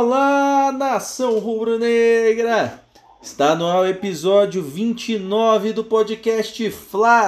Olá, nação rubro-negra! Está no ar o episódio 29 do podcast Fla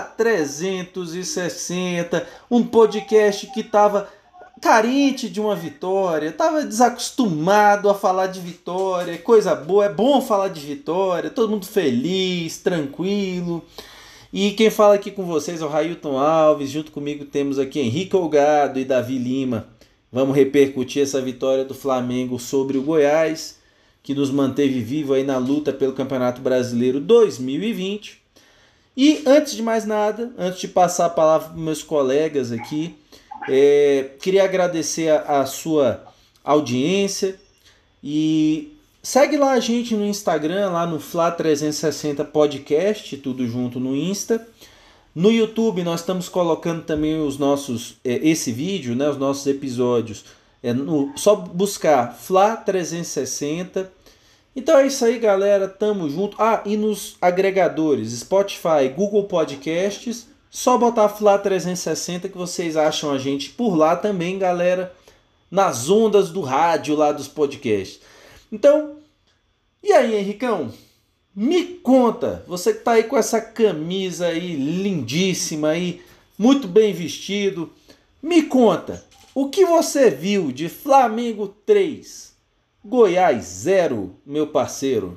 360, um podcast que estava carente de uma vitória, estava desacostumado a falar de vitória, coisa boa, é bom falar de vitória, todo mundo feliz, tranquilo. E quem fala aqui com vocês é o Railton Alves, junto comigo temos aqui Henrique Olgado e Davi Lima. Vamos repercutir essa vitória do Flamengo sobre o Goiás, que nos manteve vivo aí na luta pelo Campeonato Brasileiro 2020. E antes de mais nada, antes de passar a palavra para meus colegas aqui, queria agradecer a sua audiência e segue lá a gente no Instagram, lá no Fla360 Podcast, tudo junto no Insta. No YouTube nós estamos colocando também os nossos, esse vídeo, né, os nossos episódios, só buscar Fla 360. Então é isso aí, galera, tamo junto. E nos agregadores Spotify, Google Podcasts, só botar Fla 360 que vocês acham a gente por lá também, galera, nas ondas do rádio lá dos podcasts. Então, e aí, Henricão? Me conta, você que tá aí com essa camisa aí lindíssima aí, muito bem vestido. Me conta, o que você viu de Flamengo 3, Goiás 0, meu parceiro?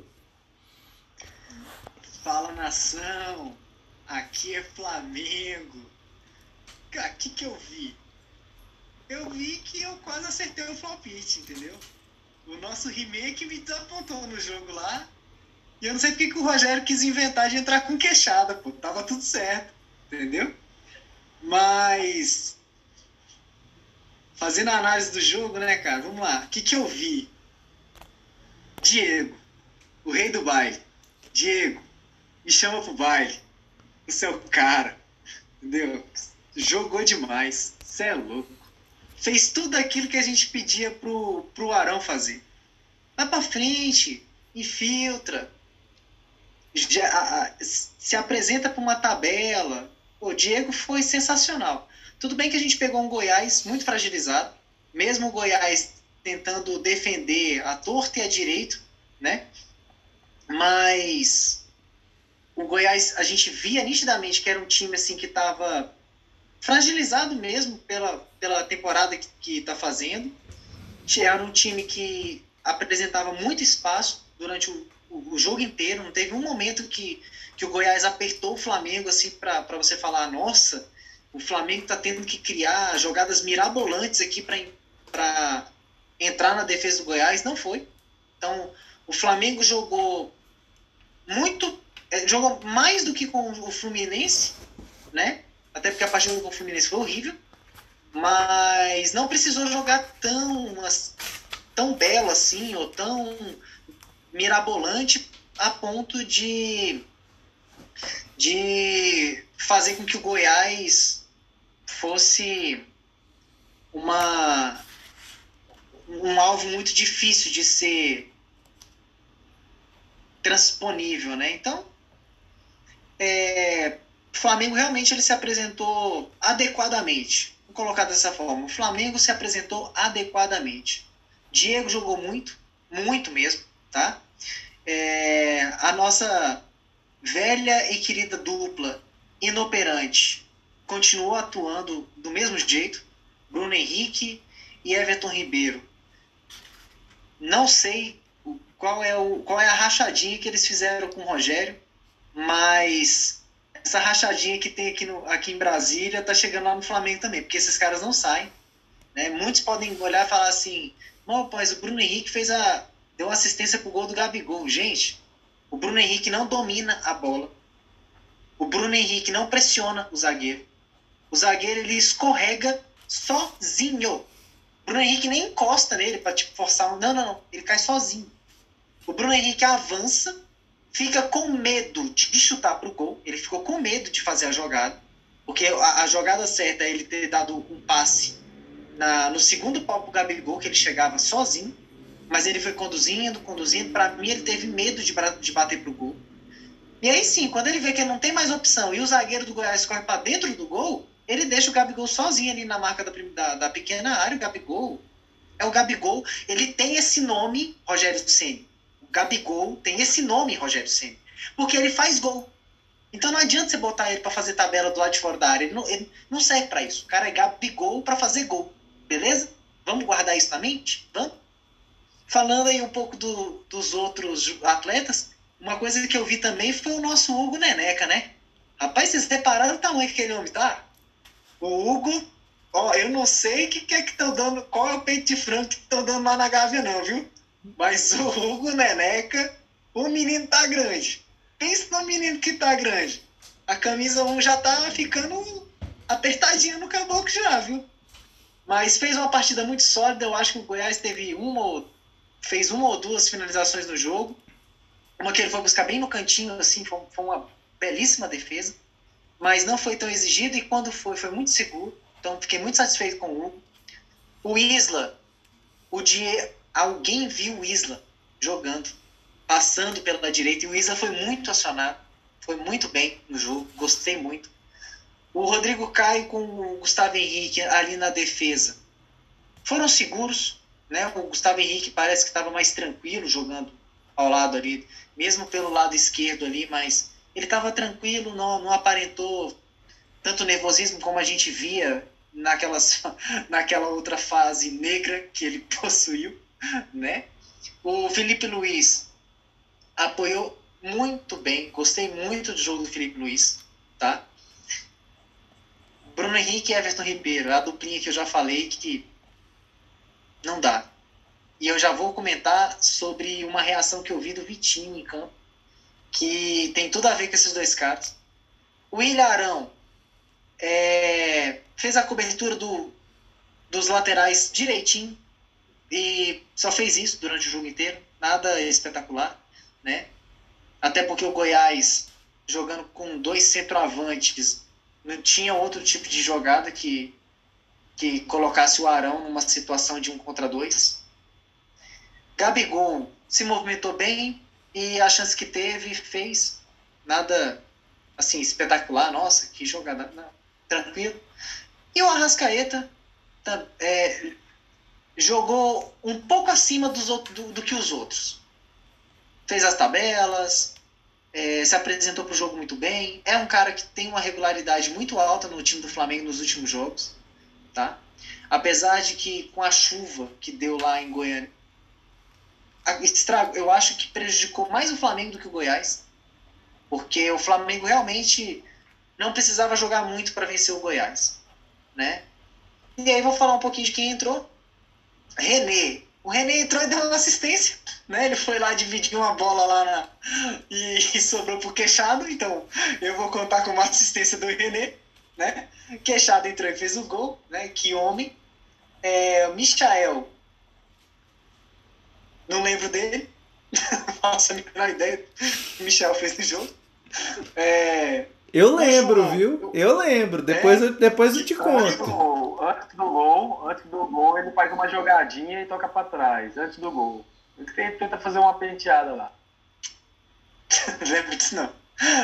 Fala, nação, aqui é Flamengo. Cara, o que eu vi? Eu vi que eu quase acertei o palpite, entendeu? O nosso remake me desapontou no jogo lá. E eu não sei porque que o Rogério quis inventar de entrar com queixada, pô. Tava tudo certo, entendeu? Mas, fazendo a análise do jogo, né, cara? Vamos lá. O que eu vi? Diego, o rei do baile. Diego, me chama pro baile. Você é o cara, entendeu? Jogou demais. Você é louco. Fez tudo aquilo que a gente pedia pro Arão fazer. Vai pra frente, infiltra. Se apresenta para uma tabela. O Diego foi sensacional. Tudo bem que a gente pegou um Goiás muito fragilizado, mesmo o Goiás tentando defender a torta e a direito, né? Mas o Goiás, a gente via nitidamente que era um time assim que estava fragilizado mesmo pela temporada que está fazendo. Era um time que apresentava muito espaço durante o jogo inteiro. Não teve um momento que o Goiás apertou o Flamengo assim para você falar, nossa, o Flamengo está tendo que criar jogadas mirabolantes aqui para entrar na defesa do Goiás. Não foi. Então, o Flamengo jogou mais do que com o Fluminense, né? Até porque a partida com o Fluminense foi horrível, mas não precisou jogar tão belo assim, ou tão mirabolante a ponto de fazer com que o Goiás fosse um alvo muito difícil de ser transponível, né? Então, o Flamengo realmente ele se apresentou adequadamente. Vou colocar dessa forma. O Flamengo se apresentou adequadamente. Diego jogou muito, muito mesmo, tá? A nossa velha e querida dupla inoperante continuou atuando do mesmo jeito. Bruno Henrique e Everton Ribeiro. Não sei qual é a rachadinha que eles fizeram com o Rogério, mas essa rachadinha que tem aqui em Brasília tá chegando lá no Flamengo também, porque esses caras não saem, né? Muitos podem olhar e falar assim, mas o Bruno Henrique deu uma assistência pro gol do Gabigol. Gente, o Bruno Henrique não domina a bola. O Bruno Henrique não pressiona o zagueiro. O zagueiro, ele escorrega sozinho. O Bruno Henrique nem encosta nele pra forçar. Não. Ele cai sozinho. O Bruno Henrique avança, fica com medo de chutar pro gol. Ele ficou com medo de fazer a jogada. Porque a jogada certa é ele ter dado um passe no segundo pau pro Gabigol, que ele chegava sozinho. Mas ele foi conduzindo. Para mim, ele teve medo de bater pro gol. E aí sim, quando ele vê que ele não tem mais opção e o zagueiro do Goiás corre para dentro do gol, ele deixa o Gabigol sozinho ali na marca da pequena área. O Gabigol É o Gabigol. Ele tem esse nome, Rogério Ceni. O Gabigol tem esse nome, Rogério Ceni. Porque ele faz gol. Então não adianta você botar ele para fazer tabela do lado de fora da área. Ele não serve para isso. O cara é Gabigol para fazer gol. Beleza? Vamos guardar isso na mente? Vamos? Falando aí um pouco dos outros atletas, uma coisa que eu vi também foi o nosso Hugo Neneca, né? Rapaz, vocês repararam o tamanho que aquele homem tá? O Hugo, ó, eu não sei que estão dando, qual é o peito de frango que estão dando lá na Gávea não, viu? Mas o Hugo Neneca, o menino tá grande. Pensa no menino que tá grande. A camisa 1 já tá ficando apertadinha no caboclo já, viu? Mas fez uma partida muito sólida. Eu acho que o Goiás fez uma ou duas finalizações no jogo. Uma que ele foi buscar bem no cantinho, assim, foi uma belíssima defesa. Mas não foi tão exigido e quando foi muito seguro. Então fiquei muito satisfeito com o Hugo. O Isla, alguém viu o Isla jogando, passando pela direita, e o Isla foi muito acionado. Foi muito bem no jogo, gostei muito. O Rodrigo Caio com o Gustavo Henrique ali na defesa foram seguros, né? O Gustavo Henrique parece que estava mais tranquilo jogando ao lado ali, mesmo pelo lado esquerdo ali, mas ele estava tranquilo, não aparentou tanto nervosismo como a gente via naquela outra fase negra que ele possuiu, né? O Felipe Luiz apoiou muito bem, gostei muito do jogo do Felipe Luiz, tá? Bruno Henrique e Everton Ribeiro, é a duplinha que eu já falei que não dá. E eu já vou comentar sobre uma reação que eu vi do Vitinho em campo, que tem tudo a ver com esses dois caras. O Ilharão fez a cobertura dos laterais direitinho e só fez isso durante o jogo inteiro. Nada espetacular, né? Até porque o Goiás, jogando com dois centroavantes, não tinha outro tipo de jogada que colocasse o Arão numa situação de 1 contra 2. Gabigol se movimentou bem e a chance que teve, fez. Nada assim espetacular, nossa, que jogada, não, tranquilo. E o Arrascaeta jogou um pouco acima do que os outros. Fez as tabelas, se apresentou para o jogo muito bem. É um cara que tem uma regularidade muito alta no time do Flamengo nos últimos jogos, tá? Apesar de que com a chuva que deu lá em Goiânia, eu acho que prejudicou mais o Flamengo do que o Goiás, porque o Flamengo realmente não precisava jogar muito para vencer o Goiás, né? E aí vou falar um pouquinho de quem entrou. René. O René entrou e deu uma assistência, né? Ele foi lá dividir uma bola lá e sobrou pro Queixado, então eu vou contar com uma assistência do René, né? Queixado entrou e fez o gol, né? Que homem. Michael, não lembro dele, não faço a menor ideia que o Michel fez no jogo. Eu lembro, viu? Eu lembro. Depois eu te conto. Antes do gol, ele faz uma jogadinha e toca pra trás. Antes do gol. Ele tenta fazer uma penteada lá. Não lembro disso, não.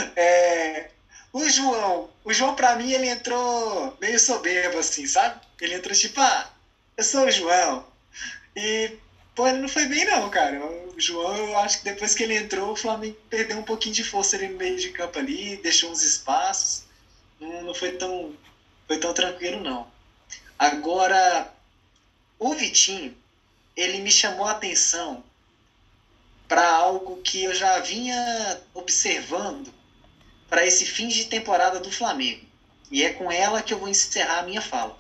O João, pra mim, ele entrou meio soberbo, assim, sabe? Ele entrou tipo, eu sou o João. E, pô, ele não foi bem, não, cara. O João, eu acho que depois que ele entrou, o Flamengo perdeu um pouquinho de força ali no meio de campo ali, deixou uns espaços. Não foi tão tranquilo, não. Agora, o Vitinho, ele me chamou a atenção para algo que eu já vinha observando para esse fim de temporada do Flamengo. E é com ela que eu vou encerrar a minha fala.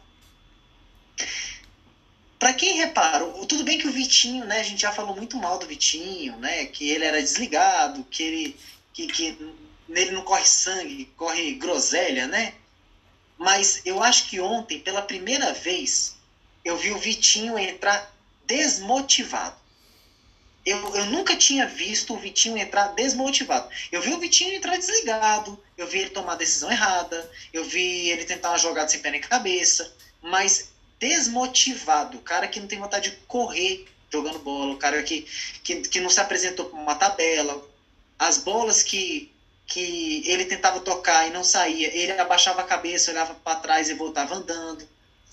Para quem reparou, tudo bem que o Vitinho, né, a gente já falou muito mal do Vitinho, né, que ele era desligado, que nele não corre sangue, corre groselha, né? Mas eu acho que ontem, pela primeira vez, eu vi o Vitinho entrar desmotivado. Eu nunca tinha visto o Vitinho entrar desmotivado. Eu vi o Vitinho entrar desligado, eu vi ele tomar a decisão errada, eu vi ele tentar uma jogada sem pé nem cabeça, mas desmotivado, o cara que não tem vontade de correr jogando bola, o cara que não se apresentou para uma tabela, as bolas que ele tentava tocar e não saía, ele abaixava a cabeça, olhava para trás e voltava andando.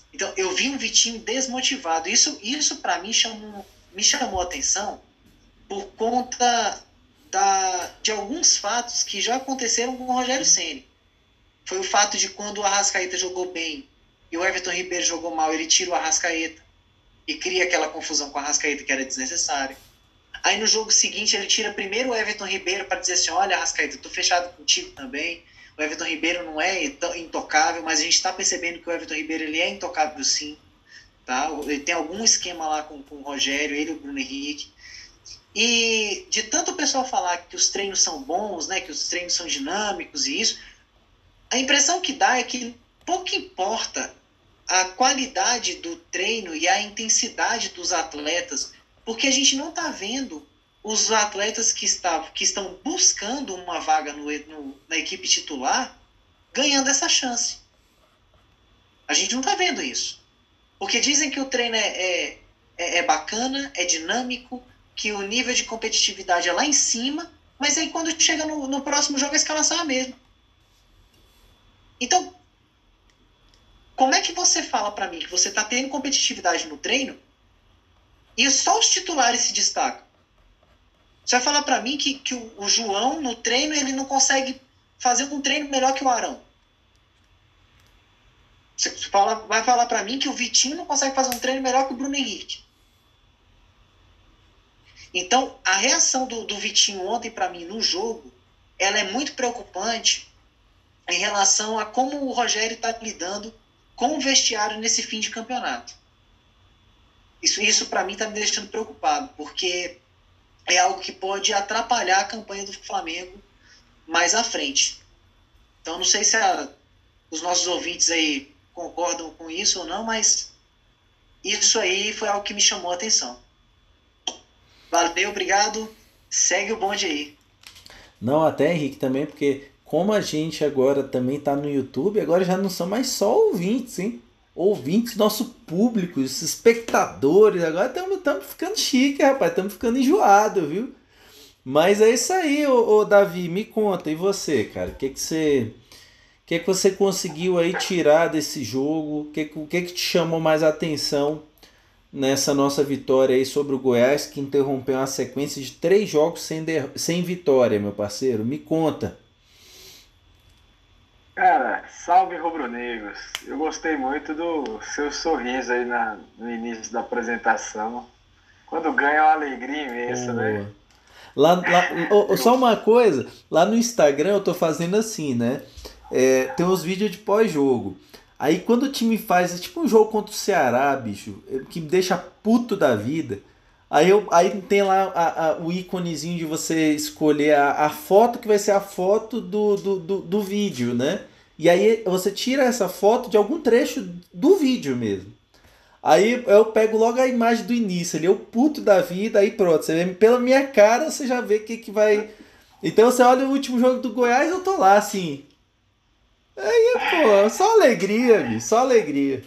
Então, eu vi um Vitinho desmotivado. Isso para mim, me chamou a atenção por conta de alguns fatos que já aconteceram com o Rogério Ceni. Foi o fato de quando o Arrascaeta jogou bem e o Everton Ribeiro jogou mal, ele tira o Arrascaeta e cria aquela confusão com o Arrascaeta que era desnecessária. Aí no jogo seguinte ele tira primeiro o Everton Ribeiro para dizer assim, olha Arrascaeta, eu tô fechado contigo também. O Everton Ribeiro não é intocável, mas a gente está percebendo que o Everton Ribeiro ele é intocável sim. Tá? Ele tem algum esquema lá com o Rogério, ele e o Bruno Henrique. E de tanto o pessoal falar que os treinos são bons, né, que os treinos são dinâmicos e isso, a impressão que dá é que pouco importa a qualidade do treino e a intensidade dos atletas, porque a gente não está vendo os atletas que estão buscando uma vaga na equipe titular ganhando essa chance. A gente não está vendo isso. Porque dizem que o treino é bacana, é dinâmico, que o nível de competitividade é lá em cima, mas aí quando chega no próximo jogo a escalação é a mesma. Então, como é que você fala para mim que você está tendo competitividade no treino e só os titulares se destacam? Você vai falar para mim que o João, no treino, ele não consegue fazer um treino melhor que o Arão. Você vai falar para mim que o Vitinho não consegue fazer um treino melhor que o Bruno Henrique. Então, a reação do Vitinho ontem, para mim, no jogo, ela é muito preocupante em relação a como o Rogério está lidando com o vestiário nesse fim de campeonato. Isso para mim está me deixando preocupado, porque é algo que pode atrapalhar a campanha do Flamengo mais à frente. Então, não sei se os nossos ouvintes aí concordam com isso ou não, mas isso aí foi algo que me chamou a atenção. Valeu, obrigado. Segue o bonde aí. Não, até Henrique também, porque como a gente agora também tá no YouTube, agora já não são mais só ouvintes, hein? Ouvintes, nosso público, os espectadores, agora estamos ficando chique, rapaz, estamos ficando enjoado, viu? Mas é isso aí, ô Davi, me conta, e você, cara? O que você conseguiu aí tirar desse jogo? O que te chamou mais a atenção nessa nossa vitória aí sobre o Goiás, que interrompeu uma sequência de 3 jogos sem vitória, meu parceiro? Me conta. Cara, salve rubro-negros. Eu gostei muito do seu sorriso aí no início da apresentação. Quando ganha é uma alegria imensa, né? Pô. Só uma coisa, lá no Instagram eu tô fazendo assim, né? Tem uns vídeos de pós-jogo. Aí quando o time faz, é tipo um jogo contra o Ceará, bicho, que me deixa puto da vida. Aí tem lá o íconezinho de você escolher a foto que vai ser a foto do vídeo, né? E aí você tira essa foto de algum trecho do vídeo mesmo. Aí eu pego logo a imagem do início ali, eu puto da vida, aí pronto. Você vê, pela minha cara você já vê o que vai. Então você olha o último jogo do Goiás, eu tô lá assim. Aí, pô, só alegria, bicho, só alegria.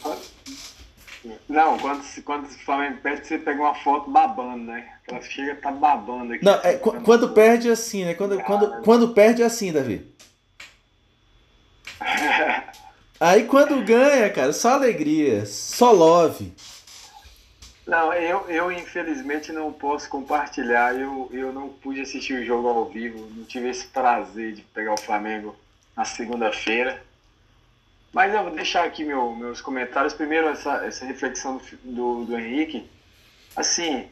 Não, quando o Flamengo perde, você pega uma foto babando, né? Ela chega, tá babando aqui. Não, Assim, quando perde é assim, né? Quando perde é assim, Davi. Aí quando ganha, cara, só alegria, só love. Não, eu infelizmente não posso compartilhar. Eu não pude assistir o jogo ao vivo. Não tive esse prazer de pegar o Flamengo na segunda-feira. Mas eu vou deixar aqui meus comentários. Primeiro, essa reflexão do Henrique. Assim,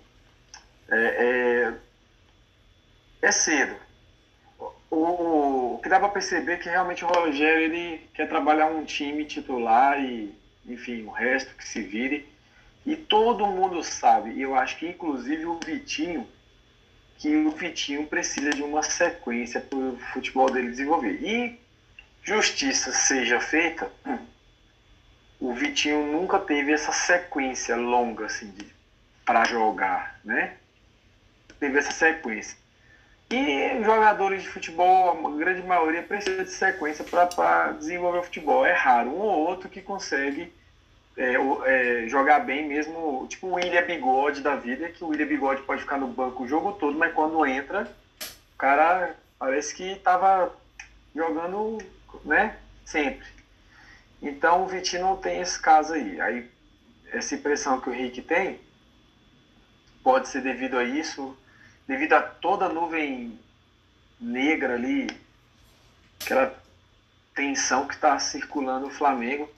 é cedo. O que dá para perceber é que realmente o Rogério ele quer trabalhar um time titular e, enfim, o resto que se vire. E todo mundo sabe, e eu acho que inclusive o Vitinho, que o Vitinho precisa de uma sequência para o futebol dele desenvolver. E justiça seja feita, o Vitinho nunca teve essa sequência longa assim para jogar, né? Teve essa sequência. E jogadores de futebol, a grande maioria precisa de sequência para desenvolver o futebol. É raro, um ou outro que consegue jogar bem mesmo, tipo o William Bigode da vida, que o William Bigode pode ficar no banco o jogo todo, mas quando entra, o cara parece que estava jogando, né, sempre. Então o Vitinho não tem esse caso aí. Aí essa impressão que o Henrique tem pode ser devido a isso, devido a toda a nuvem negra ali, aquela tensão que está circulando no Flamengo.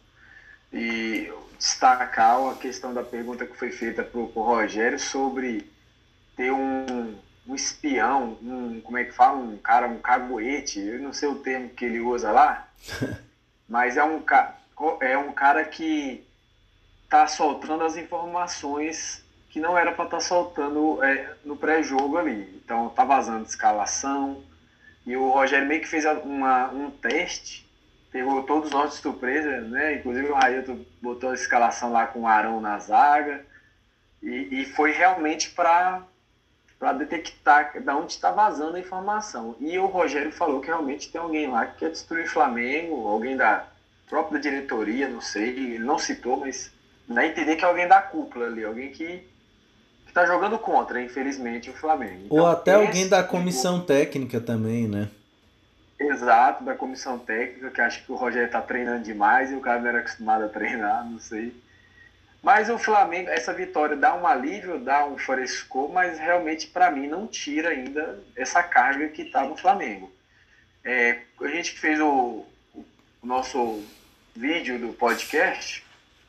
E destacar a questão da pergunta que foi feita para o Rogério sobre ter um espião, como é que fala, um cara, um caguete, eu não sei o termo que ele usa lá, mas é um cara que tá soltando as informações que não era para estar soltando no pré-jogo ali. Então tá vazando escalação, e o Rogério meio que fez um teste, pegou todos nós de surpresa, né? Inclusive o Railton botou a escalação lá com o Arão na zaga, e foi realmente para detectar de onde está vazando a informação. E o Rogério falou que realmente tem alguém lá que quer destruir o Flamengo, alguém da própria diretoria, não sei, ele não citou, mas dá a entender que é alguém da cúpula ali, alguém que está jogando contra, infelizmente, o Flamengo. Então, Ou até alguém da comissão técnica também, né? Exato, da comissão técnica, que acho que o Rogério está treinando demais e o cara não era acostumado a treinar, não sei. Mas o Flamengo, essa vitória dá um alívio, dá um frescor, mas realmente para mim não tira ainda essa carga que está no Flamengo. A gente fez o nosso vídeo do podcast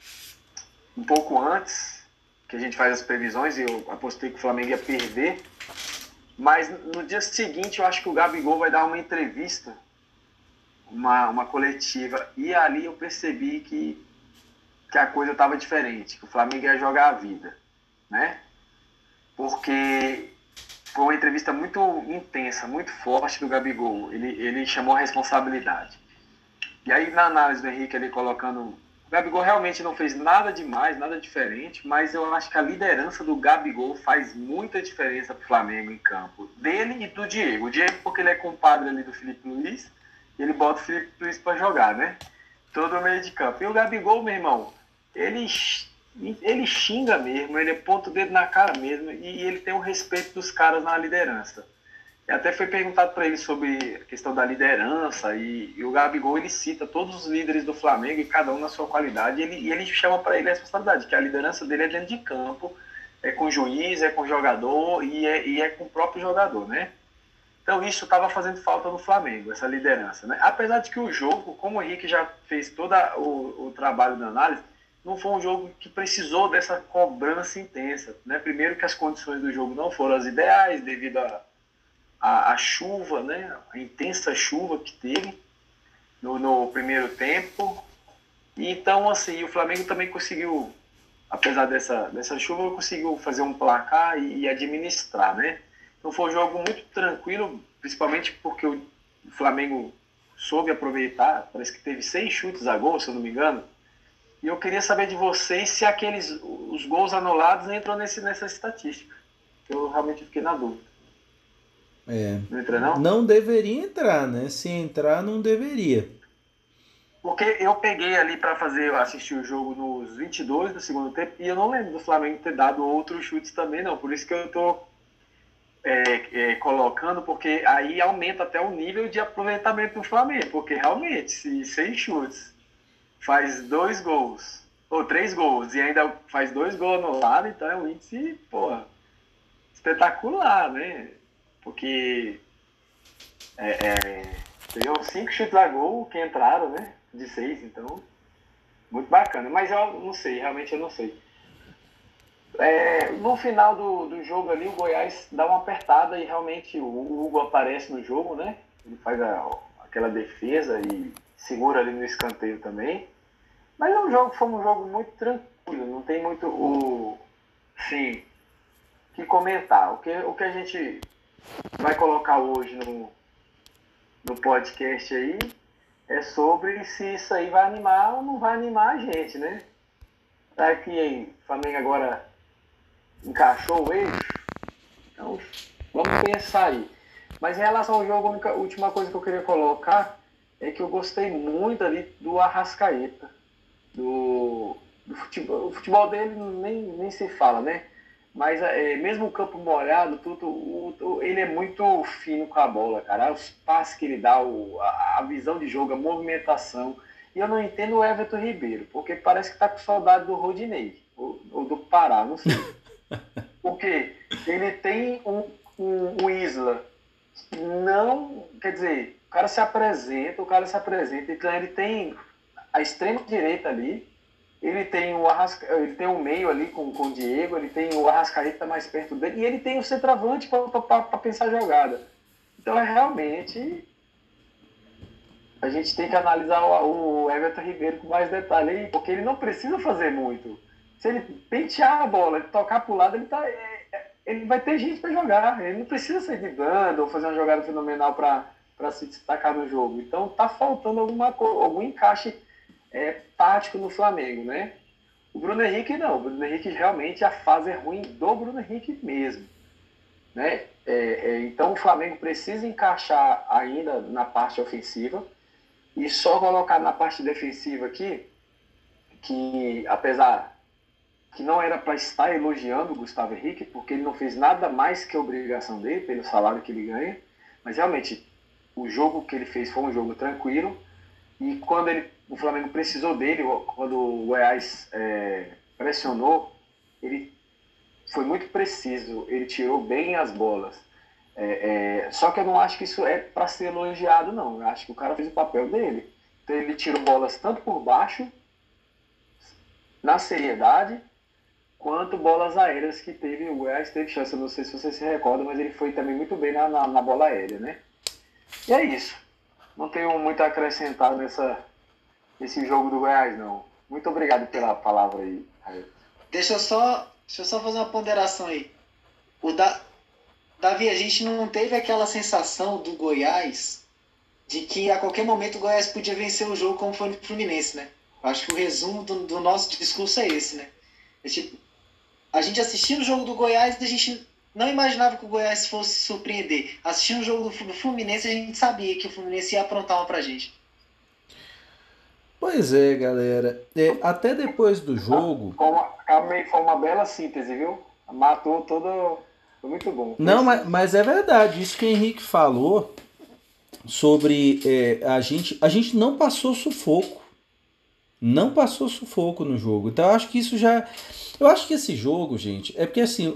um pouco antes, que a gente faz as previsões, e eu apostei que o Flamengo ia perder. Mas no dia seguinte eu acho que o Gabigol vai dar uma entrevista, uma coletiva, e ali eu percebi que a coisa estava diferente, que o Flamengo ia jogar a vida, né? Porque foi uma entrevista muito intensa, muito forte do Gabigol. Ele chamou a responsabilidade. E aí na análise do Henrique ali colocando, o Gabigol realmente não fez nada demais, nada diferente, mas eu acho que a liderança do Gabigol faz muita diferença para o Flamengo em campo. Dele e do Diego. O Diego porque ele é compadre ali do Felipe Luiz, e ele bota o Felipe Luiz para jogar, né? Todo o meio de campo. E o Gabigol, meu irmão, ele xinga mesmo, ele aponta o dedo na cara mesmo, e ele tem o respeito dos caras na liderança. E até foi perguntado para ele sobre a questão da liderança, e o Gabigol ele cita todos os líderes do Flamengo, e cada um na sua qualidade, e ele chama para ele a responsabilidade, que a liderança dele é dentro de campo, é com o juiz, é com o jogador, e é com o próprio jogador, né? Então isso estava fazendo falta no Flamengo, essa liderança, né? Apesar de que o jogo, como o Henrique já fez todo o trabalho da análise, não foi um jogo que precisou dessa cobrança intensa, né? Primeiro que as condições do jogo não foram as ideais, devido a chuva, né? A intensa chuva que teve no primeiro tempo. E então, assim, o Flamengo também conseguiu, apesar dessa chuva, conseguiu fazer um placar e administrar, né? Então foi um jogo muito tranquilo, principalmente porque o Flamengo soube aproveitar, parece que teve 6 chutes a gol, se eu não me engano. E eu queria saber de vocês se os gols anulados entram nessa estatística. Eu realmente fiquei na dúvida. Não entra, não? Não deveria entrar, né? Se entrar, não deveria. Porque eu peguei ali para assistir o jogo nos 22 do segundo tempo, e eu não lembro do Flamengo ter dado outros chutes também, não. Por isso que eu tô colocando, porque aí aumenta até o nível de aproveitamento do Flamengo. Porque realmente, se 6 chutes faz 2 gols, ou 3 gols, e ainda faz 2 gols anulados, então é um índice, porra, espetacular, né? Porque pegou 5 chutes a gol que entraram, né? De 6, então, muito bacana. Mas eu não sei, realmente eu não sei. No final do jogo ali, o Goiás dá uma apertada e realmente o Hugo aparece no jogo, né? Ele faz aquela defesa e segura ali no escanteio também. Mas foi um jogo muito tranquilo, não tem muito que comentar. O que a gente vai colocar hoje no podcast aí é sobre se isso aí vai animar ou não vai animar a gente, né? Tá que o Flamengo agora encaixou o eixo, então vamos pensar aí. Mas em relação ao jogo, a última coisa que eu queria colocar é que eu gostei muito ali do Arrascaeta. Do futebol. O futebol dele nem se fala, né? Mas mesmo o campo molhado, ele é muito fino com a bola, cara. Os passes que ele dá, a visão de jogo, a movimentação. E eu não entendo o Everton Ribeiro, porque parece que tá com saudade do Rodinei, ou do Pará, não sei. Porque ele tem um Isla que não, quer dizer, o cara se apresenta, então ele tem a extrema direita ali, ele tem o meio ali com o Diego, ele tem o Arrascaeta mais perto dele, e ele tem o centroavante para pensar a jogada. Então realmente a gente tem que analisar o Everton Ribeiro com mais detalhe aí, porque ele não precisa fazer muito. Se ele pentear a bola, tocar para o lado, ele vai ter gente para jogar. Ele não precisa ser driblando ou fazer uma jogada fenomenal para se destacar no jogo. Então tá faltando algum encaixe tático no Flamengo, né? O Bruno Henrique não. O Bruno Henrique realmente, a fase é ruim do Bruno Henrique mesmo, né? Então o Flamengo precisa encaixar ainda na parte ofensiva e só colocar na parte defensiva aqui, que apesar que não era para estar elogiando o Gustavo Henrique, porque ele não fez nada mais que a obrigação dele, pelo salário que ele ganha, mas realmente o jogo que ele fez foi um jogo tranquilo, e quando o Flamengo precisou dele, quando o Goiás pressionou, ele foi muito preciso, ele tirou bem as bolas. Só que eu não acho que isso é para ser elogiado, não. Eu acho que o cara fez o papel dele. Então ele tirou bolas tanto por baixo, na seriedade, quanto bolas aéreas que teve. O Goiás teve chance, eu não sei se você se recorda, mas ele foi também muito bem na bola aérea, né? E é isso. Não tenho muito a acrescentar nesse jogo do Goiás, não. Muito obrigado pela palavra aí, Raio. Deixa eu só fazer uma ponderação aí. Davi, a gente não teve aquela sensação do Goiás de que a qualquer momento o Goiás podia vencer o jogo como foi no Fluminense, né? Eu acho que o resumo do nosso discurso é esse, né? A gente assistindo o jogo do Goiás, a gente não imaginava que o Goiás fosse surpreender. Assistindo o jogo do Fluminense, a gente sabia que o Fluminense ia aprontar uma pra gente. Pois é, galera. Até depois do jogo... Foi uma bela síntese, viu? Matou todo... Foi muito bom. Não, mas é verdade. Isso que o Henrique falou sobre a gente não passou sufoco. Não passou sufoco no jogo. Então eu acho que isso já... Eu acho que esse jogo, gente... É porque assim...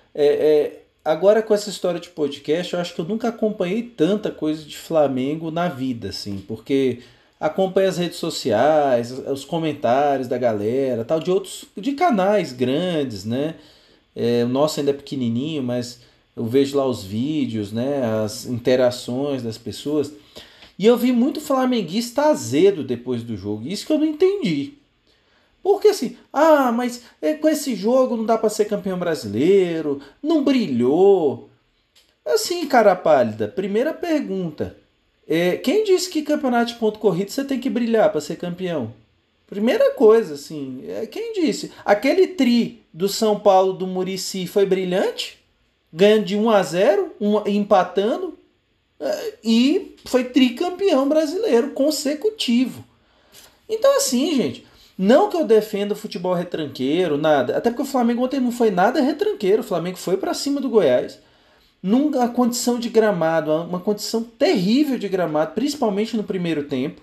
Agora com essa história de podcast, eu acho que eu nunca acompanhei tanta coisa de Flamengo na vida, assim. Porque acompanho as redes sociais, os comentários da galera, tal, de canais grandes, né? O nosso ainda é pequenininho, mas eu vejo lá os vídeos, né, as interações das pessoas. E eu vi muito flamenguista azedo depois do jogo. Isso que eu não entendi. Porque assim, mas com esse jogo não dá para ser campeão brasileiro, não brilhou. Assim, cara pálida, primeira pergunta. Quem disse que campeonato de ponto corrido você tem que brilhar para ser campeão? Primeira coisa, assim, quem disse? Aquele tri do São Paulo do Muricy foi brilhante, ganhando de 1-0, empatando, e foi tricampeão brasileiro consecutivo. Então assim, gente, não que eu defenda o futebol retranqueiro, nada, até porque o Flamengo ontem não foi nada retranqueiro, o Flamengo foi para cima do Goiás, numa condição de gramado, uma condição terrível de gramado, principalmente no primeiro tempo.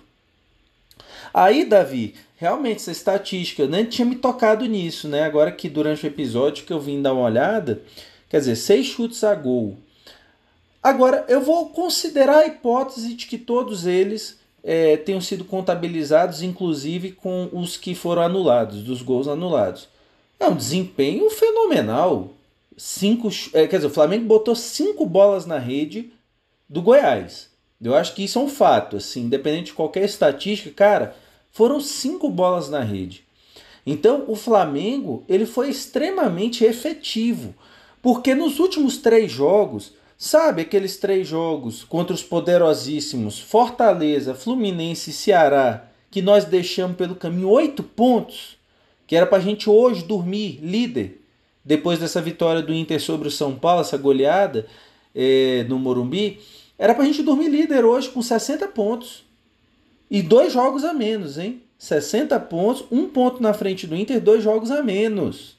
Aí, Davi, realmente essa estatística, eu nem tinha me tocado nisso, né? Agora que durante o episódio que eu vim dar uma olhada, quer dizer, 6 chutes a gol. Agora, eu vou considerar a hipótese de que todos eles tenham sido contabilizados, inclusive com os que foram anulados, dos gols anulados. É um desempenho fenomenal. Quer dizer, o Flamengo botou 5 bolas na rede do Goiás. Eu acho que isso é um fato, assim, independente de qualquer estatística, cara, foram 5 bolas na rede. Então, o Flamengo, ele foi extremamente efetivo, porque nos últimos 3 jogos, sabe aqueles 3 jogos contra os poderosíssimos Fortaleza, Fluminense e Ceará, que nós deixamos pelo caminho 8 pontos, que era pra gente hoje dormir líder, depois dessa vitória do Inter sobre o São Paulo, essa goleada no Morumbi, era pra gente dormir líder hoje com 60 pontos. E 2 jogos a menos, hein? 60 pontos, 1 ponto na frente do Inter, 2 jogos a menos.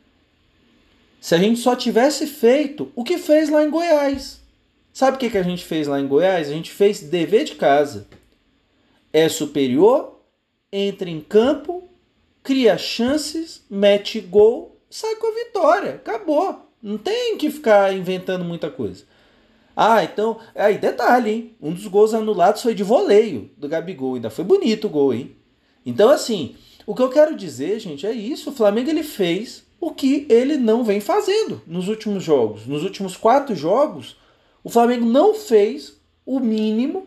Se a gente só tivesse feito o que fez lá em Goiás. Sabe o que a gente fez lá em Goiás? A gente fez dever de casa. É superior? entra em campo, cria chances, mete gol, sai com a vitória. Acabou. Não tem que ficar inventando muita coisa. Então... Aí, detalhe, hein? Um dos gols anulados foi de voleio do Gabigol. Ainda foi bonito o gol, hein? Então, assim, o que eu quero dizer, gente, é isso. O Flamengo, ele fez o que ele não vem fazendo nos últimos jogos. Nos últimos 4 jogos, o Flamengo não fez o mínimo.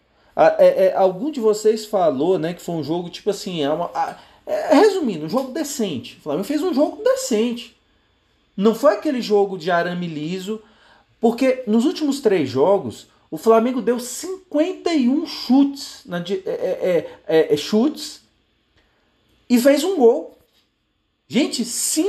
Algum de vocês falou, né, que foi um jogo, tipo assim, resumindo, um jogo decente. O Flamengo fez um jogo decente. Não foi aquele jogo de arame liso, porque nos últimos 3 jogos, o Flamengo deu 51 chutes, chutes e fez um gol. Gente,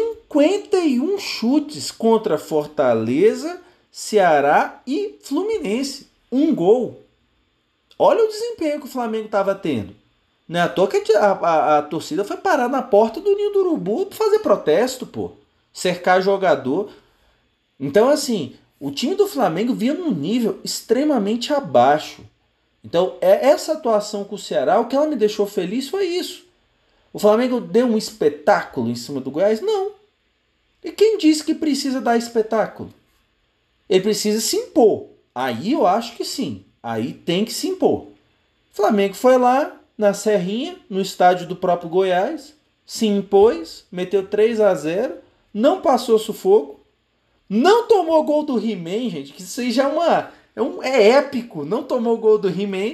51 chutes contra Fortaleza, Ceará e Fluminense. Um gol. Olha o desempenho que o Flamengo estava tendo. Não é à toa que a torcida foi parar na porta do Ninho do Urubu para fazer protesto, pô. Cercar jogador. Então, assim, o time do Flamengo vinha num nível extremamente abaixo. Então, essa atuação com o Ceará, o que ela me deixou feliz foi isso. O Flamengo deu um espetáculo em cima do Goiás? Não. E quem disse que precisa dar espetáculo? Ele precisa se impor. Aí eu acho que sim. Aí tem que se impor. O Flamengo foi lá na Serrinha, no estádio do próprio Goiás, se impôs, meteu 3-0, não passou sufoco, não tomou gol do He-Man, gente, que isso aí já é épico. Não tomou gol do He-Man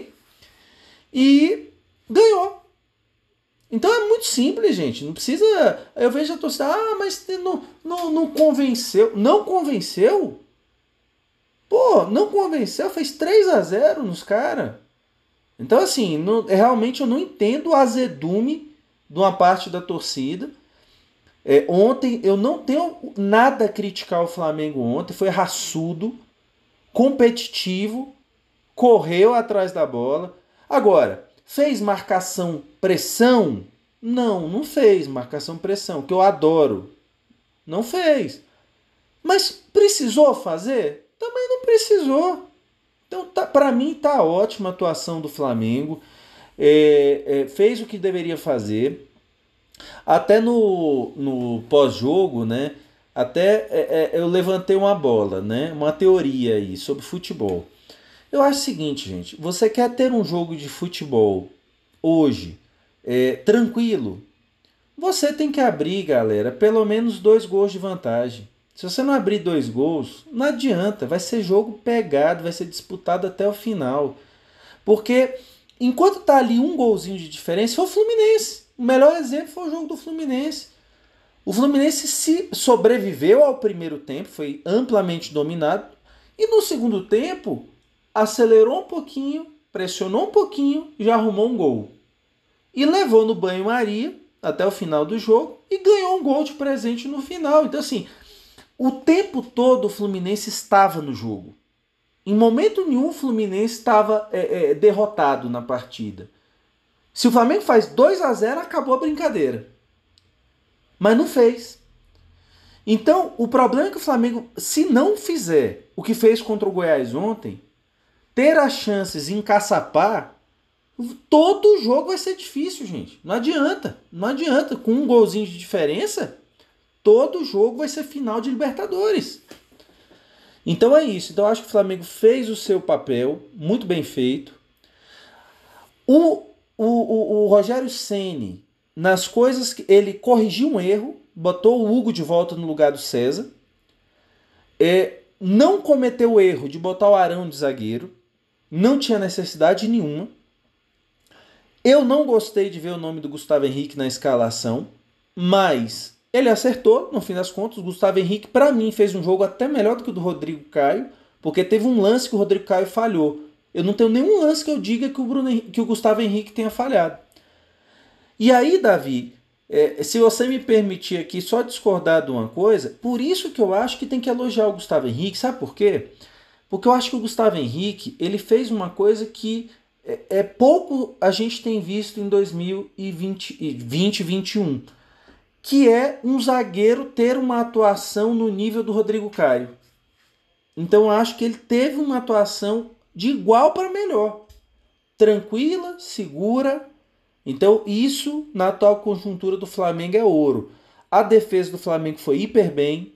e ganhou. Então é muito simples, gente. Não precisa... Eu vejo a torcida... mas não convenceu. Não convenceu? Pô, não convenceu. Fez 3-0 nos caras. Então, assim, realmente eu não entendo o azedume de uma parte da torcida. Ontem, eu não tenho nada a criticar o Flamengo ontem. Foi raçudo, competitivo, correu atrás da bola. Agora... Fez marcação pressão? Não fez marcação pressão, que eu adoro. Não fez. Mas precisou fazer? Também não precisou. Então, para mim, tá ótima a atuação do Flamengo. Fez o que deveria fazer. Até no pós-jogo, né? Eu levantei uma bola, né? Uma teoria aí sobre futebol. Eu acho o seguinte, gente, você quer ter um jogo de futebol hoje tranquilo, você tem que abrir, galera, pelo menos 2 gols de vantagem. Se você não abrir 2 gols, não adianta, vai ser jogo pegado, vai ser disputado até o final. Porque enquanto tá ali um golzinho de diferença, foi o Fluminense. O melhor exemplo foi o jogo do Fluminense. O Fluminense se sobreviveu ao primeiro tempo, foi amplamente dominado, e no segundo tempo... acelerou um pouquinho, pressionou um pouquinho, já arrumou um gol. E levou no banho-maria até o final do jogo e ganhou um gol de presente no final. Então, assim, o tempo todo o Fluminense estava no jogo. Em momento nenhum o Fluminense estava derrotado na partida. Se o Flamengo faz 2-0, acabou a brincadeira. Mas não fez. Então, o problema é que o Flamengo, se não fizer o que fez contra o Goiás ontem, ter as chances em encaçapar, todo jogo vai ser difícil, gente. Não adianta. Não adianta. Com um golzinho de diferença, todo jogo vai ser final de Libertadores. Então é isso. Então eu acho que o Flamengo fez o seu papel, muito bem feito. O Rogério Ceni, nas coisas que ele corrigiu um erro, botou o Hugo de volta no lugar do César, não cometeu o erro de botar o Arão de zagueiro. Não tinha necessidade nenhuma. Eu não gostei de ver o nome do Gustavo Henrique na escalação, mas ele acertou, no fim das contas. O Gustavo Henrique, para mim, fez um jogo até melhor do que o do Rodrigo Caio, porque teve um lance que o Rodrigo Caio falhou. Eu não tenho nenhum lance que eu diga que o Gustavo Henrique tenha falhado. E aí, Davi, se você me permitir aqui só discordar de uma coisa, por isso que eu acho que tem que elogiar o Gustavo Henrique. Sabe por quê? Porque eu acho que o Gustavo Henrique, ele fez uma coisa que pouco a gente tem visto em 2021, que é um zagueiro ter uma atuação no nível do Rodrigo Caio. Então eu acho que ele teve uma atuação de igual para melhor. Tranquila, segura, Então isso, na atual conjuntura do Flamengo, é ouro. A defesa do Flamengo foi hiper bem.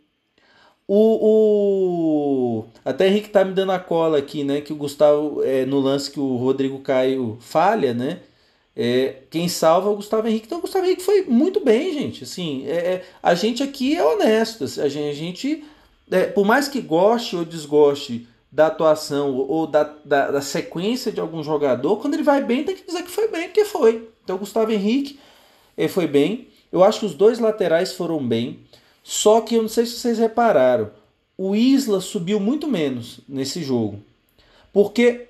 Até Henrique tá me dando a cola aqui, né? Que o Gustavo, no lance que o Rodrigo Caio falha, né? Quem salva é o Gustavo Henrique. Então o Gustavo Henrique foi muito bem, gente. Assim, a gente aqui é honesto. A gente por mais que goste ou desgoste da atuação ou da sequência de algum jogador, quando ele vai bem, tem que dizer que foi bem, porque foi. Então o Gustavo Henrique foi bem. Eu acho que os dois laterais foram bem. Só que eu não sei se vocês repararam, o Isla subiu muito menos nesse jogo. Porque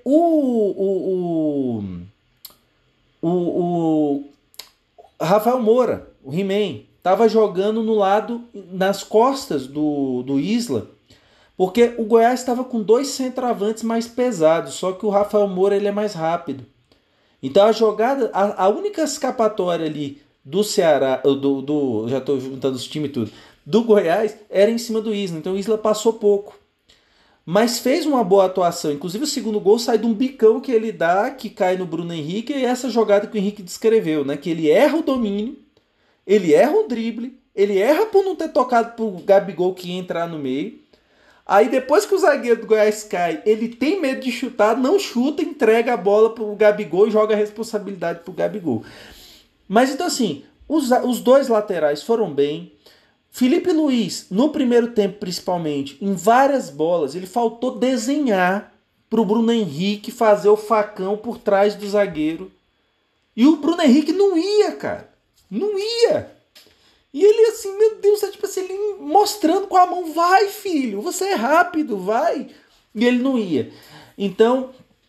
o Rafael Moura, o He-Man, estava jogando no lado, nas costas do Isla, porque o Goiás estava com 2 centroavantes mais pesados, só que o Rafael Moura ele é mais rápido. Então a jogada, a única escapatória ali do Ceará, já estou juntando os times e tudo, do Goiás, era em cima do Isla. Então o Isla passou pouco. Mas fez uma boa atuação. Inclusive o segundo gol sai de um bicão que ele dá, que cai no Bruno Henrique, e essa jogada que o Henrique descreveu, né? Que ele erra o domínio, ele erra o drible, ele erra por não ter tocado pro Gabigol que ia entrar no meio. Aí depois que o zagueiro do Goiás cai, ele tem medo de chutar, não chuta, entrega a bola pro Gabigol e joga a responsabilidade pro Gabigol. Mas então assim, os dois laterais foram bem. Felipe Luiz, no primeiro tempo principalmente, em várias bolas, ele faltou desenhar pro Bruno Henrique fazer o facão por trás do zagueiro. E o Bruno Henrique não ia, cara. Não ia. E ele assim, meu Deus, tipo assim, ele mostrando com a mão, vai filho, você é rápido, vai. E ele não ia. Então,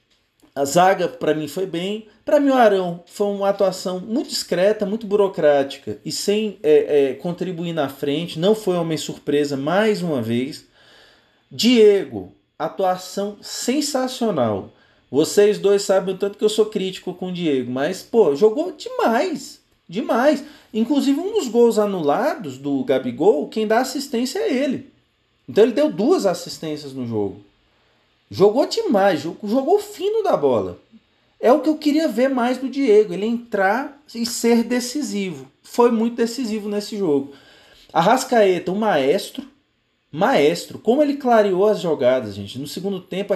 a zaga para mim foi bem. Para mim o Arão foi uma atuação muito discreta, muito burocrática e sem contribuir na frente. Não foi uma surpresa mais uma vez. Diego, atuação sensacional. Vocês dois sabem o tanto que eu sou crítico com o Diego, mas pô, jogou demais. Demais. Inclusive um dos gols anulados do Gabigol, quem dá assistência é ele. Então ele deu 2 assistências no jogo. Jogou demais, jogou fino da bola. É o que eu queria ver mais do Diego, ele entrar e ser decisivo. Foi muito decisivo nesse jogo. Arrascaeta, um maestro. Como ele clareou as jogadas, gente. No segundo tempo,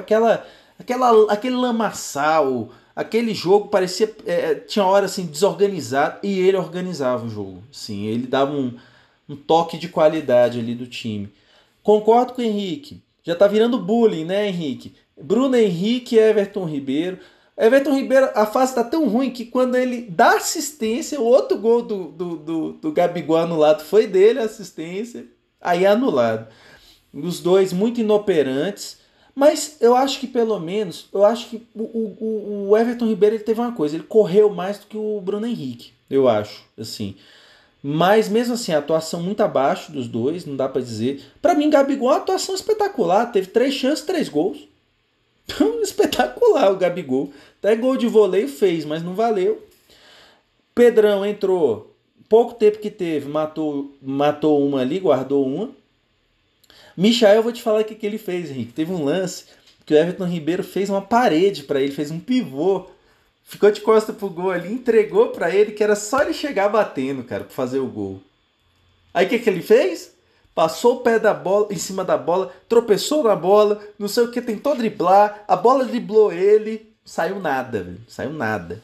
aquele lamaçal, aquele jogo parecia... tinha hora assim, desorganizado e ele organizava o jogo. Sim, ele dava um toque de qualidade ali do time. Concordo com o Henrique. Já tá virando bullying, né, Henrique? Bruno Henrique e Everton Ribeiro. Everton Ribeiro, a fase tá tão ruim que quando ele dá assistência, o outro gol do Gabigol anulado foi dele, a assistência, aí é anulado. Os dois muito inoperantes, mas eu acho que pelo menos, o Everton Ribeiro ele teve uma coisa, ele correu mais do que o Bruno Henrique, eu acho, assim. Mas mesmo assim, a atuação muito abaixo dos dois, não dá pra dizer. Pra mim, Gabigol é uma atuação espetacular, teve 3 chances, 3 gols. Espetacular o Gabigol. Até gol de voleio fez, mas não valeu. Pedrão entrou, pouco tempo que teve, matou uma ali, guardou uma. Michael, eu vou te falar o que ele fez, Henrique. Teve um lance que o Everton Ribeiro fez uma parede para ele, fez um pivô. Ficou de costa pro gol ali, entregou para ele, que era só ele chegar batendo, cara, pra fazer o gol. Aí o que ele fez? Passou o pé da bola, em cima da bola, tropeçou na bola, não sei o que, tentou driblar, a bola driblou ele, saiu nada, velho, saiu nada.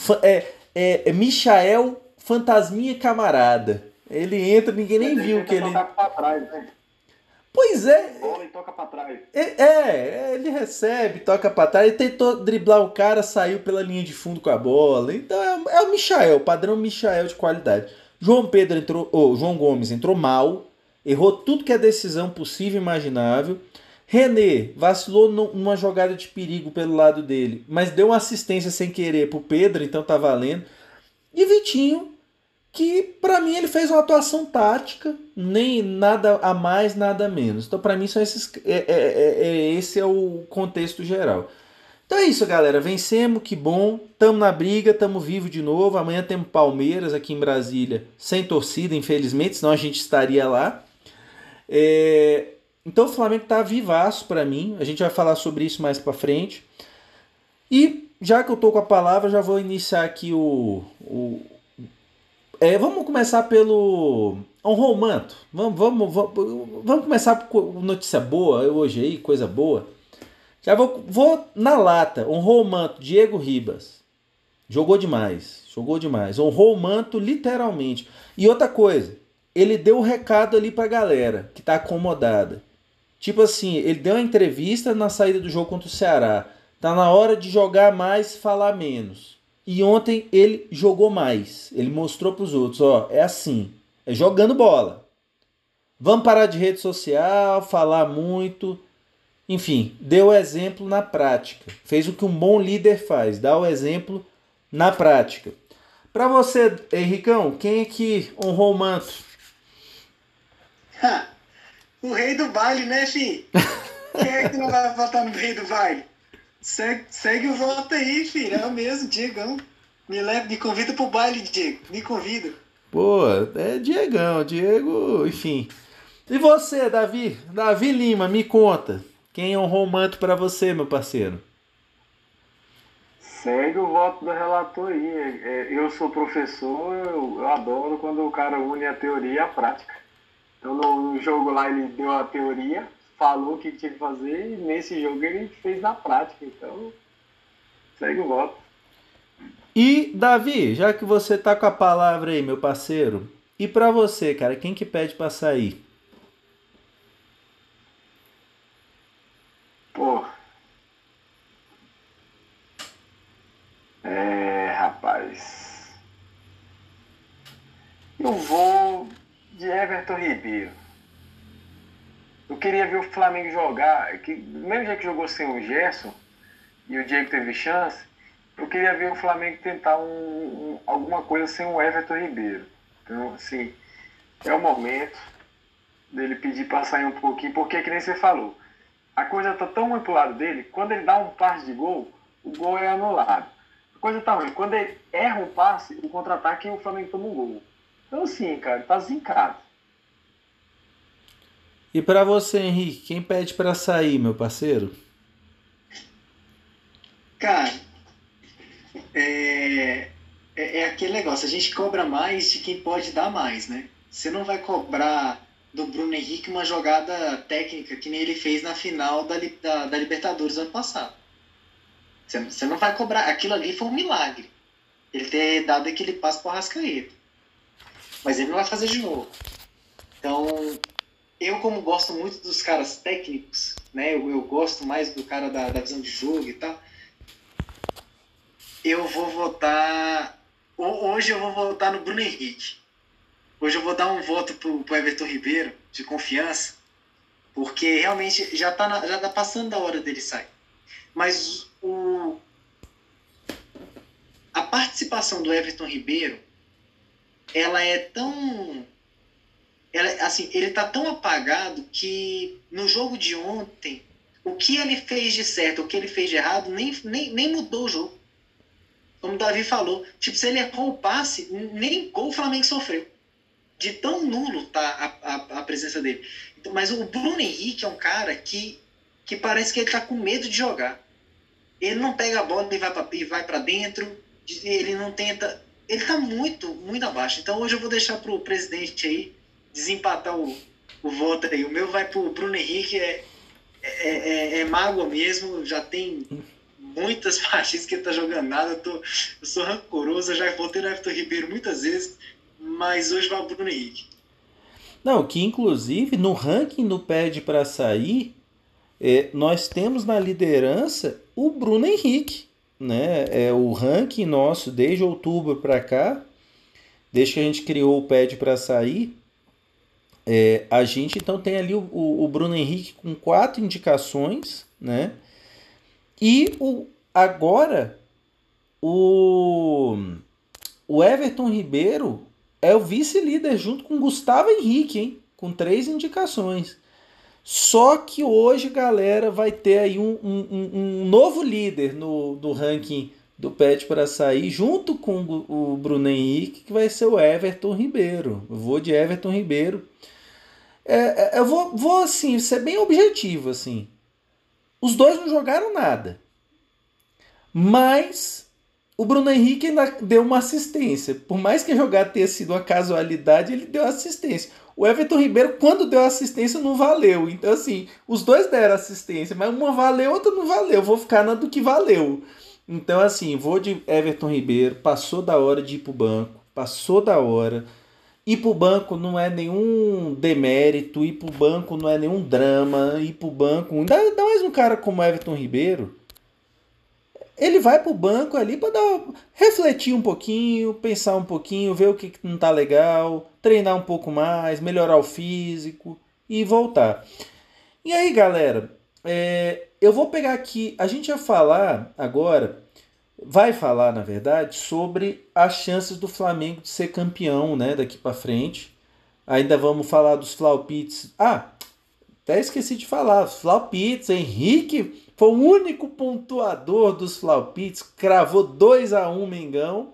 Michael, fantasminha camarada. Ele entra, ninguém nem viu que ele... Pra trás, né? Pois é. Bola e toca pra trás. Ele recebe, toca pra trás, ele tentou driblar o cara, saiu pela linha de fundo com a bola. Então é o Michael, padrão Michael de qualidade. João Gomes entrou mal, errou tudo que é decisão possível e imaginável. René vacilou numa jogada de perigo pelo lado dele, mas deu uma assistência sem querer pro Pedro, então tá valendo. E Vitinho, que pra mim ele fez uma atuação tática, nem nada a mais, nada a menos. Então pra mim são esse é o contexto geral. Então é isso, galera. Vencemos, que bom. Tamo na briga, tamo vivo de novo. Amanhã temos Palmeiras aqui em Brasília, sem torcida, infelizmente, senão a gente estaria lá. Então o Flamengo tá vivaço pra mim. A gente vai falar sobre isso mais pra frente. E já que eu tô com a palavra, já vou iniciar aqui vamos começar pelo honrou o manto. Vamos começar por notícia boa hoje aí, coisa boa. Já vou na lata. Honrou o manto, Diego Ribas. Jogou demais, jogou demais. Honrou o manto literalmente. E outra coisa, ele deu o recado ali pra galera que tá acomodada. Tipo assim, ele deu uma entrevista na saída do jogo contra o Ceará. Tá na hora de jogar mais, falar menos. E ontem ele jogou mais. Ele mostrou pros outros, ó, é assim, é jogando bola. Vamos parar de rede social, falar muito. Enfim, deu o exemplo na prática. Fez o que um bom líder faz, dá o exemplo na prática. Para você, Henricão, quem é que honrou o manto? O rei do baile, né, fi? Quem é que não vai votar no rei do baile? Segue o voto aí, filho. É o mesmo, Diegão. Me convida pro baile, Diego. Me convida. Pô, é Diegão, Diego, enfim. E você, Davi? Davi Lima, me conta. Quem honrou o manto para você, meu parceiro? Segue o voto do relator aí. Eu sou professor, eu adoro quando o cara une a teoria e a prática. Então no jogo lá ele deu a teoria, falou o que tinha que fazer e nesse jogo ele fez na prática. Então segue o voto. E, Davi, já que você tá com a palavra aí, meu parceiro, e pra você, cara, quem que pede pra sair? Pô, rapaz. Eu vou de Everton Ribeiro. Eu queria ver o Flamengo jogar, do mesmo jeito que jogou sem o Gerson e o Diego teve chance, eu queria ver o Flamengo tentar alguma coisa sem o Everton Ribeiro. Então, assim, é o momento dele pedir para sair um pouquinho, porque que nem você falou, a coisa tá tão ruim pro lado dele, quando ele dá um passe de gol, o gol é anulado. A coisa tá ruim, quando ele erra um passe, o contra-ataque o Flamengo toma um gol. Então, assim, cara, tá zincado. E pra você, Henrique, quem pede pra sair, meu parceiro? Cara, é aquele negócio. A gente cobra mais de quem pode dar mais, né? Você não vai cobrar do Bruno Henrique uma jogada técnica que nem ele fez na final da Libertadores ano passado. Você não vai cobrar. Aquilo ali foi um milagre. Ele ter dado aquele passo pro Arrascaeta. Mas ele não vai fazer de novo. Então, eu como gosto muito dos caras técnicos, né? Eu gosto mais do cara da visão de jogo e tal. Eu vou votar... Hoje eu vou votar no Bruno Henrique. Hoje eu vou dar um voto pro Everton Ribeiro, de confiança, porque realmente já tá passando da hora dele sair. Mas a participação do Everton Ribeiro, ela é tão... assim, ele tá tão apagado que no jogo de ontem, o que ele fez de certo, o que ele fez de errado, nem mudou o jogo. Como o Davi falou, tipo, se ele errou o passe, nem gol o Flamengo sofreu. De tão nulo tá a presença dele. Então, mas o Bruno Henrique é um cara que parece que ele tá com medo de jogar. Ele não pega a bola e vai para dentro, ele não tenta... Ele tá muito, muito abaixo. Então hoje eu vou deixar pro presidente aí desempatar o voto aí. O meu vai pro Bruno Henrique, é mágoa mesmo, já tem muitas partidas que ele tá jogando nada, eu sou rancoroso, eu já votei no Everton Ribeiro muitas vezes, mas hoje vai o Bruno Henrique. Não, que inclusive no ranking do Pede para sair, nós temos na liderança o Bruno Henrique, né? É o ranking nosso desde outubro para cá, desde que a gente criou o Pede para sair, a gente então tem ali o Bruno Henrique com 4 indicações, né? E agora o Everton Ribeiro é o vice-líder junto com Gustavo Henrique, hein? Com 3 indicações. Só que hoje, galera, vai ter aí um novo líder no ranking do Pede para sair, junto com o Bruno Henrique, que vai ser o Everton Ribeiro. Eu vou de Everton Ribeiro. Eu vou assim, ser bem objetivo, assim. Os dois não jogaram nada. Mas o Bruno Henrique ainda deu uma assistência. Por mais que a jogada tenha sido uma casualidade, ele deu assistência. O Everton Ribeiro, quando deu assistência, não valeu. Então, assim, os dois deram assistência, mas uma valeu, outra não valeu. Vou ficar na do que valeu. Então, assim, vou de Everton Ribeiro. Passou da hora de ir pro banco. Passou da hora. Ir pro banco não é nenhum demérito. Ir pro banco não é nenhum drama. Ir pro banco... Ainda mais um cara como Everton Ribeiro. Ele vai pro banco ali para refletir um pouquinho, pensar um pouquinho, ver o que não tá legal, treinar um pouco mais, melhorar o físico e voltar. E aí, galera, eu vou pegar aqui, a gente vai falar agora, vai falar, na verdade, sobre as chances do Flamengo de ser campeão, né, daqui para frente. Ainda vamos falar dos Flaupits. Até esqueci de falar, Flaupits, Henrique foi o único pontuador dos Flaupits, cravou 2-1 Mengão,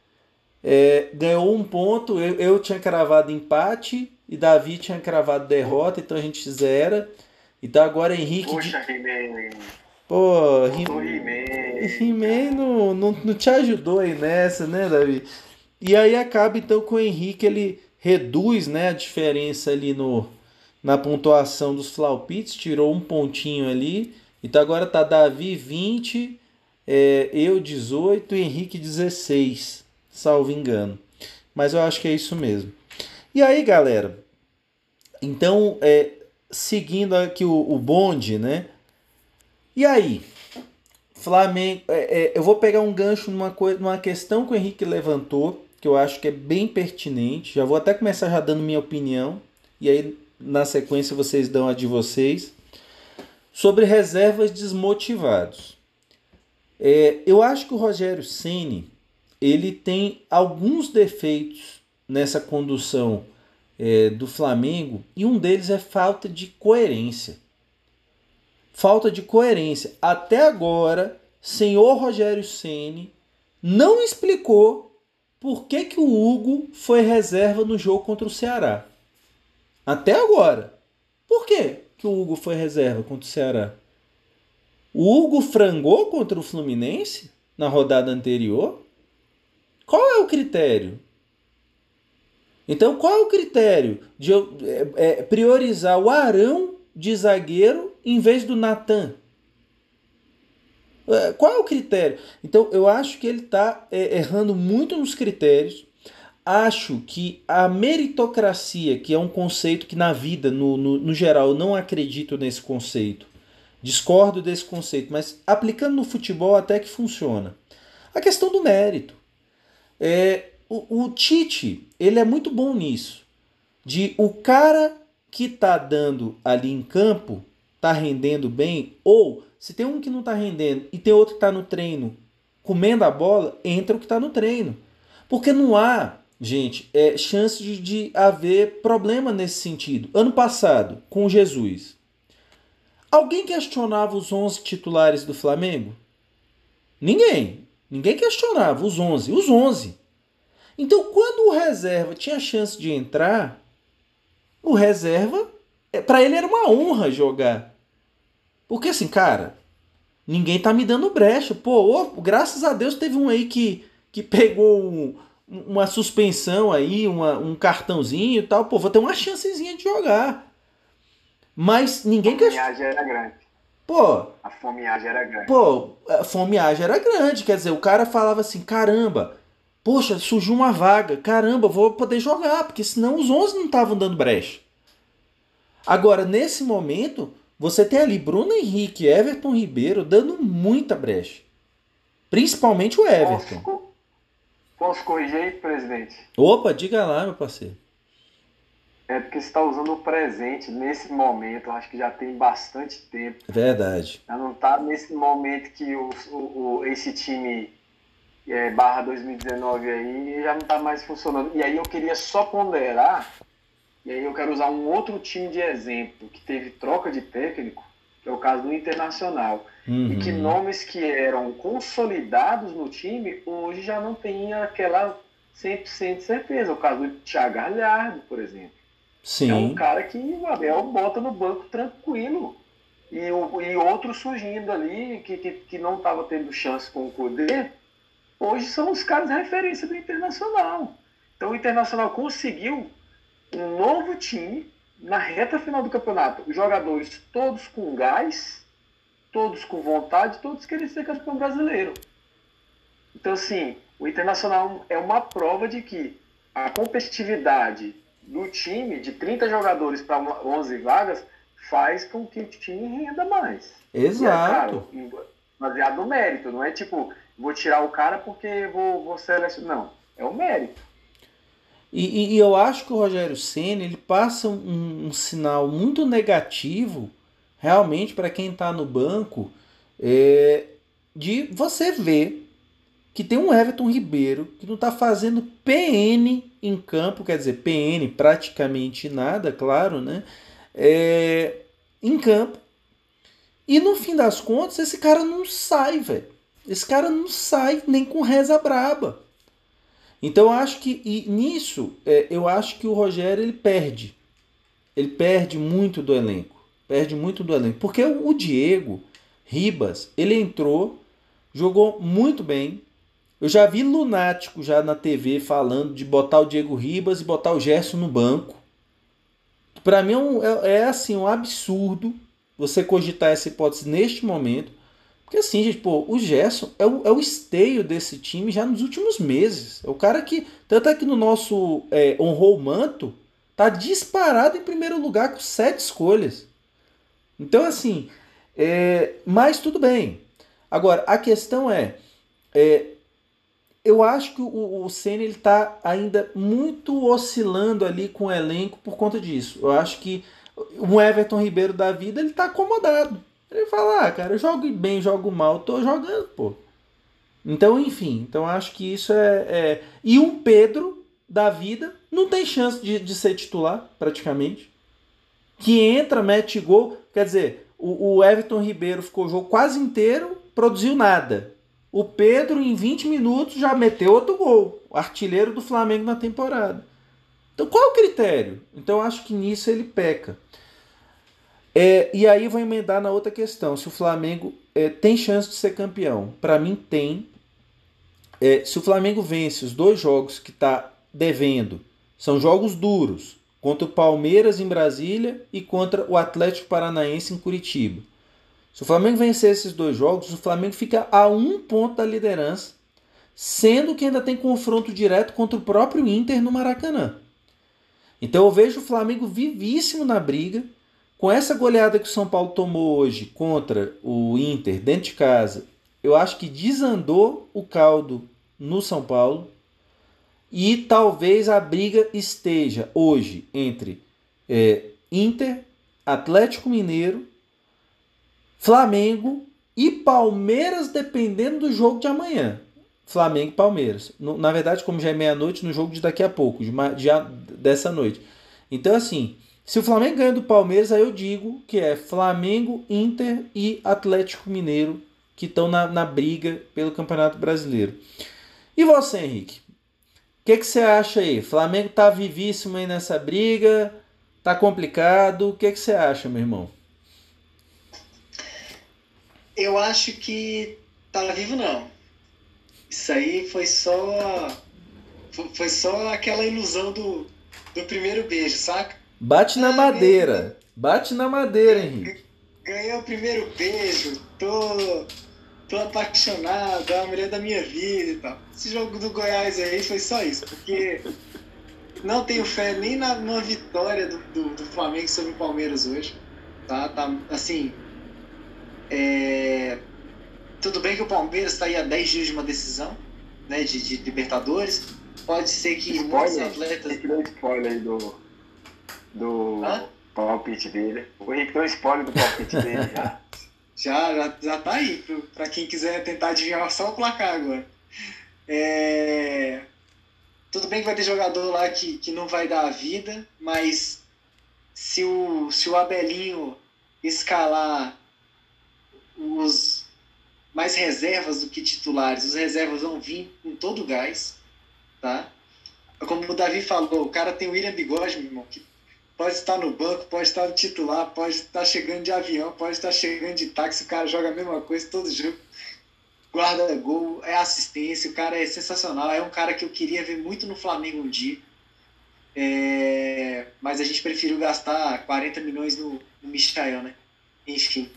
ganhou um ponto, eu tinha cravado empate e Davi tinha cravado derrota, então a gente zera. Então agora Henrique... Poxa, He-Man. Pô, He-Man. He-Man não te ajudou aí nessa, né, Davi? E aí acaba então com o Henrique, ele reduz, né, a diferença ali na pontuação dos Flaupits, tirou um pontinho ali. Então agora tá Davi 20, eu 18 e Henrique 16, salvo engano. Mas eu acho que é isso mesmo. E aí, galera, então, seguindo aqui o bonde, né? E aí, Flamengo, eu vou pegar um gancho numa questão que o Henrique levantou, que eu acho que é bem pertinente. Já vou até começar já dando minha opinião, e aí na sequência vocês dão a de vocês. Sobre reservas desmotivados. Eu acho que o Rogério Ceni ele tem alguns defeitos nessa condução do Flamengo e um deles é falta de coerência. Falta de coerência. Até agora, senhor Rogério Ceni não explicou por que o Hugo foi reserva no jogo contra o Ceará. Até agora. Por quê que o Hugo foi reserva contra o Ceará? O Hugo frangou contra o Fluminense na rodada anterior? Qual é o critério? Então, qual é o critério de priorizar o Arão de zagueiro em vez do Natan? Qual é o critério? Então, eu acho que ele está errando muito nos critérios. Acho que a meritocracia, que é um conceito que na vida, no geral, eu não acredito nesse conceito. Discordo desse conceito, mas aplicando no futebol até que funciona. A questão do mérito. O Tite, ele é muito bom nisso. De o cara que tá dando ali em campo, tá rendendo bem, ou se tem um que não tá rendendo e tem outro que tá no treino comendo a bola, entra o que tá no treino. Porque não há, gente, chance de haver problema nesse sentido. Ano passado, com o Jesus, alguém questionava os 11 titulares do Flamengo? Ninguém. Ninguém questionava os 11. Os 11. Então, quando o reserva tinha chance de entrar, o reserva, para ele era uma honra jogar. Porque assim, cara, ninguém tá me dando brecha. Pô, graças a Deus teve um aí que pegou uma suspensão aí, um cartãozinho e tal. Pô, vou ter uma chancezinha de jogar. Mas ninguém... A fomeagem era grande. Pô... A fomeagem era grande. Pô, a fomeagem era grande. Quer dizer, o cara falava assim, caramba, poxa, surgiu uma vaga. Caramba, vou poder jogar, porque senão os 11 não estavam dando brecha. Agora, nesse momento, você tem ali Bruno Henrique, Everton Ribeiro dando muita brecha. Principalmente o Everton. Posso corrigir aí, presidente? Opa, diga lá, meu parceiro. É porque você está usando o presente nesse momento, eu acho que já tem bastante tempo. Verdade. Já não está nesse momento que esse time barra 2019 aí já não está mais funcionando. E aí eu queria só ponderar, e aí eu quero usar um outro time de exemplo, que teve troca de técnico, que é o caso do Internacional. Uhum. E que nomes que eram consolidados no time, hoje já não tem aquela 100% de certeza. O caso do Thiago Galhardo, por exemplo. Sim. É um cara que o Abel bota no banco tranquilo. e outros surgindo ali que não estavam tendo chance com o Kudê, hoje são os caras de referência do Internacional. Então o Internacional conseguiu um novo time na reta final do campeonato. Os jogadores todos com gás, todos com vontade, todos querem ser campeão brasileiro. Então, assim, o Internacional é uma prova de que a competitividade do time, de 30 jogadores para 11 vagas, faz com que o time renda mais. Exato. E é claro, baseado no mérito, não é tipo, vou tirar o cara porque vou selecionar. Não, é o mérito. E eu acho que o Rogério Ceni ele passa um sinal muito negativo, realmente, para quem está no banco, de você ver que tem um Everton Ribeiro que não está fazendo PN em campo, quer dizer, PN praticamente nada, claro, né? Em campo. E no fim das contas, esse cara não sai, velho. Esse cara não sai nem com reza braba. Então eu acho que nisso, eu acho que o Rogério ele perde. Ele perde muito do elenco. Perde muito do elenco. Porque o Diego Ribas, ele entrou, jogou muito bem. Eu já vi lunático já na TV falando de botar o Diego Ribas e botar o Gerson no banco. Para mim assim, um absurdo você cogitar essa hipótese neste momento. Porque assim, gente, pô, o Gerson é o esteio desse time já nos últimos meses. É o cara que, tanto é que no nosso honrou o manto, tá disparado em primeiro lugar com 7 escolhas. Então, assim, mas tudo bem. Agora, a questão eu acho que o Ceni ele tá ainda muito oscilando ali com o elenco por conta disso. Eu acho que o Everton Ribeiro da vida, ele tá acomodado. Ele fala, cara, eu jogo bem, jogo mal, tô jogando, pô. Então, enfim, então acho que isso E um Pedro da vida não tem chance de ser titular, praticamente. Que entra, mete gol. Quer dizer, o Everton Ribeiro ficou o jogo quase inteiro, produziu nada. O Pedro, em 20 minutos, já meteu outro gol. O artilheiro do Flamengo na temporada. Então, qual é o critério? Então, acho que nisso ele peca. E aí vou emendar na outra questão. Se o Flamengo tem chance de ser campeão. Para mim tem. Se o Flamengo vence os 2 jogos que está devendo, são jogos duros. Contra o Palmeiras em Brasília e contra o Atlético Paranaense em Curitiba. Se o Flamengo vencer esses 2 jogos, o Flamengo fica a 1 ponto da liderança, sendo que ainda tem confronto direto contra o próprio Inter no Maracanã. Então eu vejo o Flamengo vivíssimo na briga. Com essa goleada que o São Paulo tomou hoje contra o Inter dentro de casa, eu acho que desandou o caldo no São Paulo. E talvez a briga esteja hoje entre Inter, Atlético Mineiro, Flamengo e Palmeiras, dependendo do jogo de amanhã. Flamengo e Palmeiras. Na verdade, como já é meia-noite, no jogo de daqui a pouco, dessa noite. Então, assim, se o Flamengo ganha do Palmeiras, aí eu digo que é Flamengo, Inter e Atlético Mineiro que estão na briga pelo Campeonato Brasileiro. E você, Henrique? O que você acha aí? Flamengo tá vivíssimo aí nessa briga? Tá complicado? O que você acha, meu irmão? Eu acho que tá vivo não. Isso aí foi só aquela ilusão do primeiro beijo, saca? Bate na madeira. Bate na madeira, Henrique. Ganhei o primeiro beijo. Tô apaixonado, é a mulher da minha vida e tal. Esse jogo do Goiás aí foi só isso, porque não tenho fé nem numa vitória do Flamengo sobre o Palmeiras hoje. Tá assim, tudo bem que o Palmeiras está aí há 10 dias de uma decisão, né, de Libertadores. Pode ser que muitos atletas... Tem que dar spoiler aí do palpite dele. O Henrique deu spoiler do palpite dele já. Já tá aí, para quem quiser tentar adivinhar só o placar agora. Tudo bem que vai ter jogador lá que não vai dar a vida, mas se o Abelinho escalar os mais reservas do que titulares, os reservas vão vir com todo o gás, tá? Como o Davi falou, o cara tem o William Bigode, meu irmão, que pode estar no banco, pode estar no titular, pode estar chegando de avião, pode estar chegando de táxi, o cara joga a mesma coisa todo jogo. Guarda gol, é assistência, o cara é sensacional. É um cara que eu queria ver muito no Flamengo um dia. Mas a gente preferiu gastar 40 milhões no Michael, né? Enfim.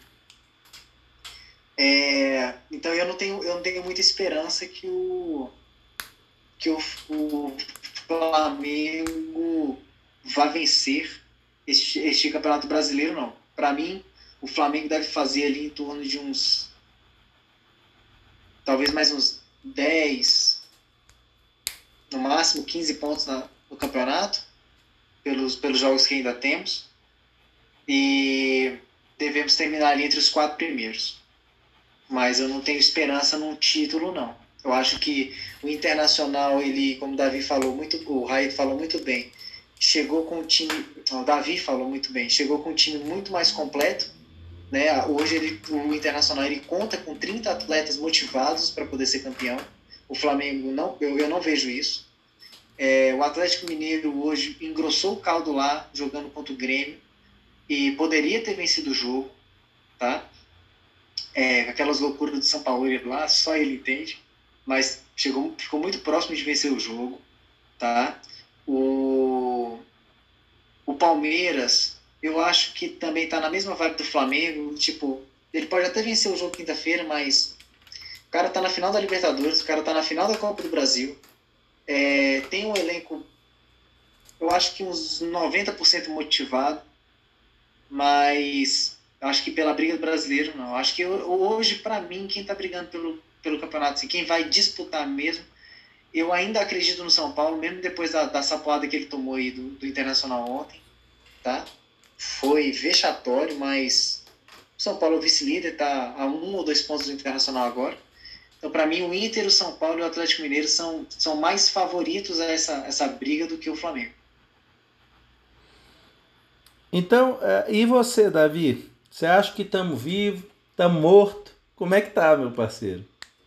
Então eu não tenho muita esperança que o Flamengo vá vencer este Campeonato Brasileiro, não. Para mim, o Flamengo deve fazer ali em torno de talvez mais uns 10, no máximo 15 pontos no campeonato, pelos jogos que ainda temos, e devemos terminar ali entre os 4 primeiros. Mas eu não tenho esperança num título, não. Eu acho que o Internacional, ele, como o Davi falou o Raí falou muito bem, chegou com um time, o Davi falou muito bem, chegou com um time muito mais completo, né? Hoje o Internacional ele conta com 30 atletas motivados para poder ser campeão. O Flamengo não, eu não vejo isso. O Atlético Mineiro hoje engrossou o caldo lá, jogando contra o Grêmio, e poderia ter vencido o jogo, tá? Aquelas loucuras do São Paulo lá, só ele entende, mas ficou muito próximo de vencer o jogo, tá? O Palmeiras, eu acho que também tá na mesma vibe do Flamengo, tipo, ele pode até vencer o jogo quinta-feira, mas o cara tá na final da Libertadores, o cara tá na final da Copa do Brasil, tem um elenco, eu acho que uns 90% motivado, mas eu acho que pela briga do brasileiro, não. Eu acho que hoje, para mim, quem tá brigando pelo campeonato, assim, quem vai disputar mesmo, eu ainda acredito no São Paulo, mesmo depois da sapoada que ele tomou aí do Internacional ontem, tá? Foi vexatório, mas o São Paulo é o vice-líder, tá a 1 ou 2 pontos do Internacional agora. Então, para mim, o Inter, o São Paulo e o Atlético Mineiro são mais favoritos a essa briga do que o Flamengo. Então, e você, Davi? Você acha que estamos vivos? Estamos mortos? Como é que tá, meu parceiro?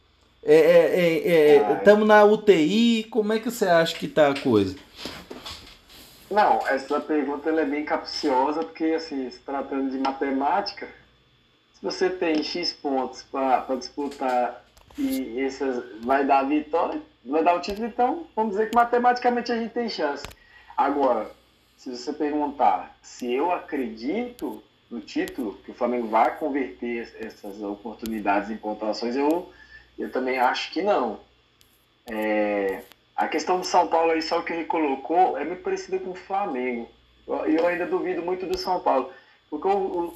Estamos na UTI? Como é que você acha que tá a coisa? Não, essa pergunta ela é bem capciosa, porque, assim, se tratando de matemática, se você tem X pontos para disputar e essas vai dar vitória, vai dar o título, então vamos dizer que matematicamente a gente tem chance. Agora, se você perguntar se eu acredito no título, que o Flamengo vai converter essas oportunidades em pontuações, eu também acho que não. A questão do São Paulo aí, só que ele colocou, é muito parecida com o Flamengo. Eu ainda duvido muito do São Paulo. Porque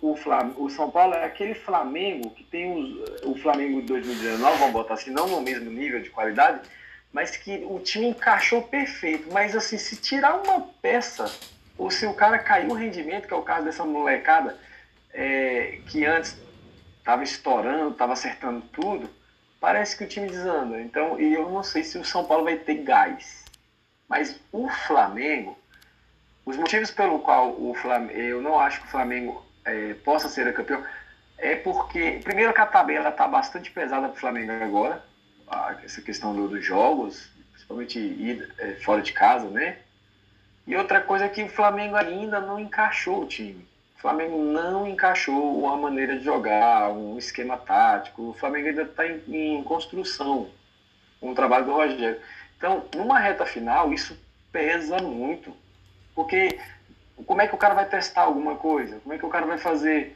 o São Paulo é aquele Flamengo que tem o Flamengo de 2019, vamos botar assim, não no mesmo nível de qualidade, mas que o time encaixou perfeito. Mas assim, se tirar uma peça, ou se o cara caiu o rendimento, que é o caso dessa molecada, que antes estava estourando, estava acertando tudo, parece que o time desanda. Então, e eu não sei se o São Paulo vai ter gás. Mas o Flamengo, os motivos pelo qual eu não acho que o Flamengo possa ser campeão é porque, primeiro, que a tabela está bastante pesada para o Flamengo agora, essa questão dos jogos, principalmente fora de casa, né? E outra coisa é que o Flamengo ainda não encaixou o time. O Flamengo não encaixou uma maneira de jogar, um esquema tático. O Flamengo ainda está em construção, com o trabalho do Rogério. Então, numa reta final, isso pesa muito. Porque como é que o cara vai testar alguma coisa? Como é que o cara vai fazer?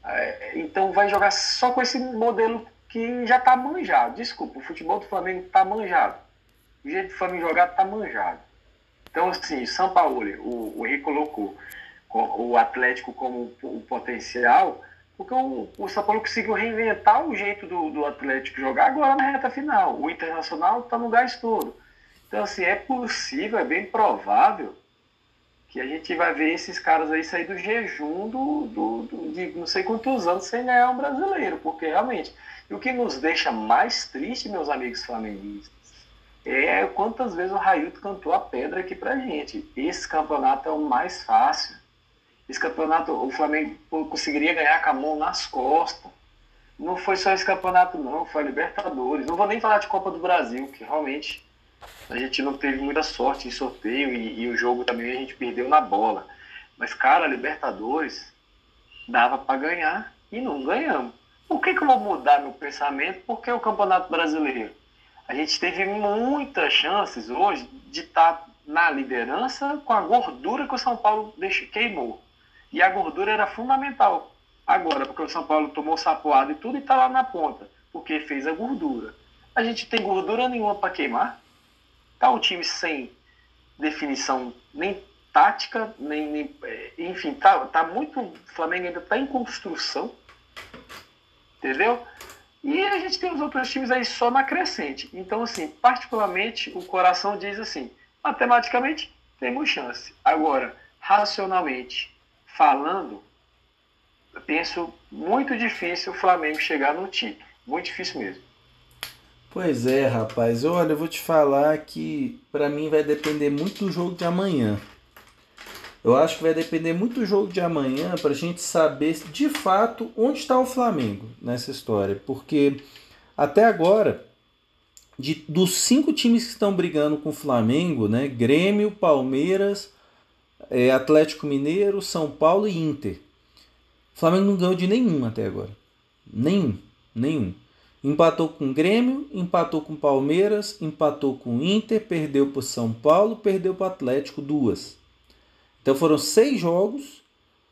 Então vai jogar só com esse modelo que já está manjado. Desculpa, o futebol do Flamengo está manjado. O jeito do Flamengo jogar está manjado. Então, assim, São Paulo, o Henrique colocou o Atlético como o potencial, porque o São Paulo conseguiu reinventar o jeito do Atlético jogar agora na reta final. O Internacional está no gás todo. Então, assim, é possível, é bem provável que a gente vai ver esses caras aí sair do jejum de não sei quantos anos sem ganhar um brasileiro, porque realmente, e o que nos deixa mais triste, meus amigos flamenguistas, é quantas vezes o Railton cantou a pedra aqui pra gente. Esse campeonato é o mais fácil. Esse campeonato, o Flamengo conseguiria ganhar com a mão nas costas. Não foi só esse campeonato não, foi a Libertadores. Não vou nem falar de Copa do Brasil, que realmente a gente não teve muita sorte em sorteio e o jogo também a gente perdeu na bola. Mas, cara, Libertadores dava para ganhar e não ganhamos. Por que eu vou mudar meu pensamento? Porque o Campeonato Brasileiro, a gente teve muitas chances hoje de estar na liderança com a gordura que o São Paulo queimou. E a gordura era fundamental. Agora, porque o São Paulo tomou sapoada e tudo e está lá na ponta. Porque fez a gordura. A gente tem gordura nenhuma para queimar. Tá o time sem definição nem tática, enfim, tá muito. O Flamengo ainda está em construção. Entendeu? E a gente tem os outros times aí só na crescente. Então, assim, particularmente, o coração diz assim, matematicamente, temos chance. Agora, racionalmente falando, eu penso muito difícil o Flamengo chegar no título. Muito difícil mesmo. Pois é, rapaz. Olha, eu vou te falar que pra mim vai depender muito do jogo de amanhã. Eu acho que vai depender muito do jogo de amanhã pra gente saber de fato onde está o Flamengo nessa história. Porque até agora, dos 5 times que estão brigando com o Flamengo, né? Grêmio, Palmeiras, Atlético Mineiro, São Paulo e Inter. O Flamengo não ganhou de nenhum até agora. Nenhum. Empatou com o Grêmio, empatou com o Palmeiras, empatou com o Inter, perdeu para o São Paulo, perdeu para o Atlético 2. Então foram 6 jogos,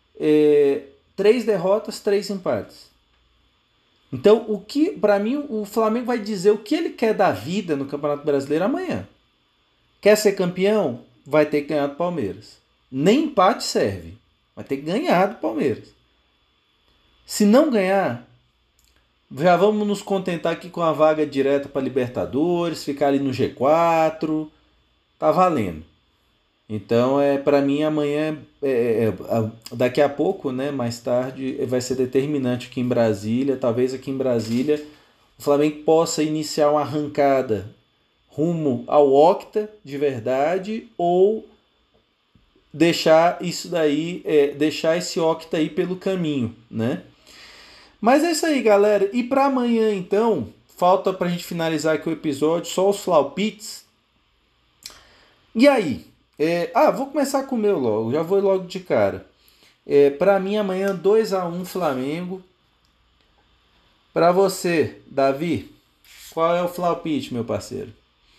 3 derrotas, 3 empates. Então, o que para mim o Flamengo vai dizer o que ele quer da vida no Campeonato Brasileiro amanhã. Quer ser campeão? Vai ter que ganhar do Palmeiras. Nem empate serve. Vai ter que ganhar do Palmeiras. Se não ganhar, já vamos nos contentar aqui com a vaga direta para Libertadores, ficar ali no G4. Tá valendo. Então, para mim, amanhã, daqui a pouco, né, mais tarde, vai ser determinante aqui em Brasília. Talvez aqui em Brasília o Flamengo possa iniciar uma arrancada rumo ao octa de verdade ou deixar isso daí, deixar esse octa aí pelo caminho, né? Mas é isso aí, galera. E para amanhã, então, falta pra gente finalizar aqui o episódio, só os flaupites. E aí? Vou começar com o meu logo, já vou logo de cara. Para mim, amanhã 2-1 Flamengo. Para você, Davi, qual é o flaupite, meu parceiro?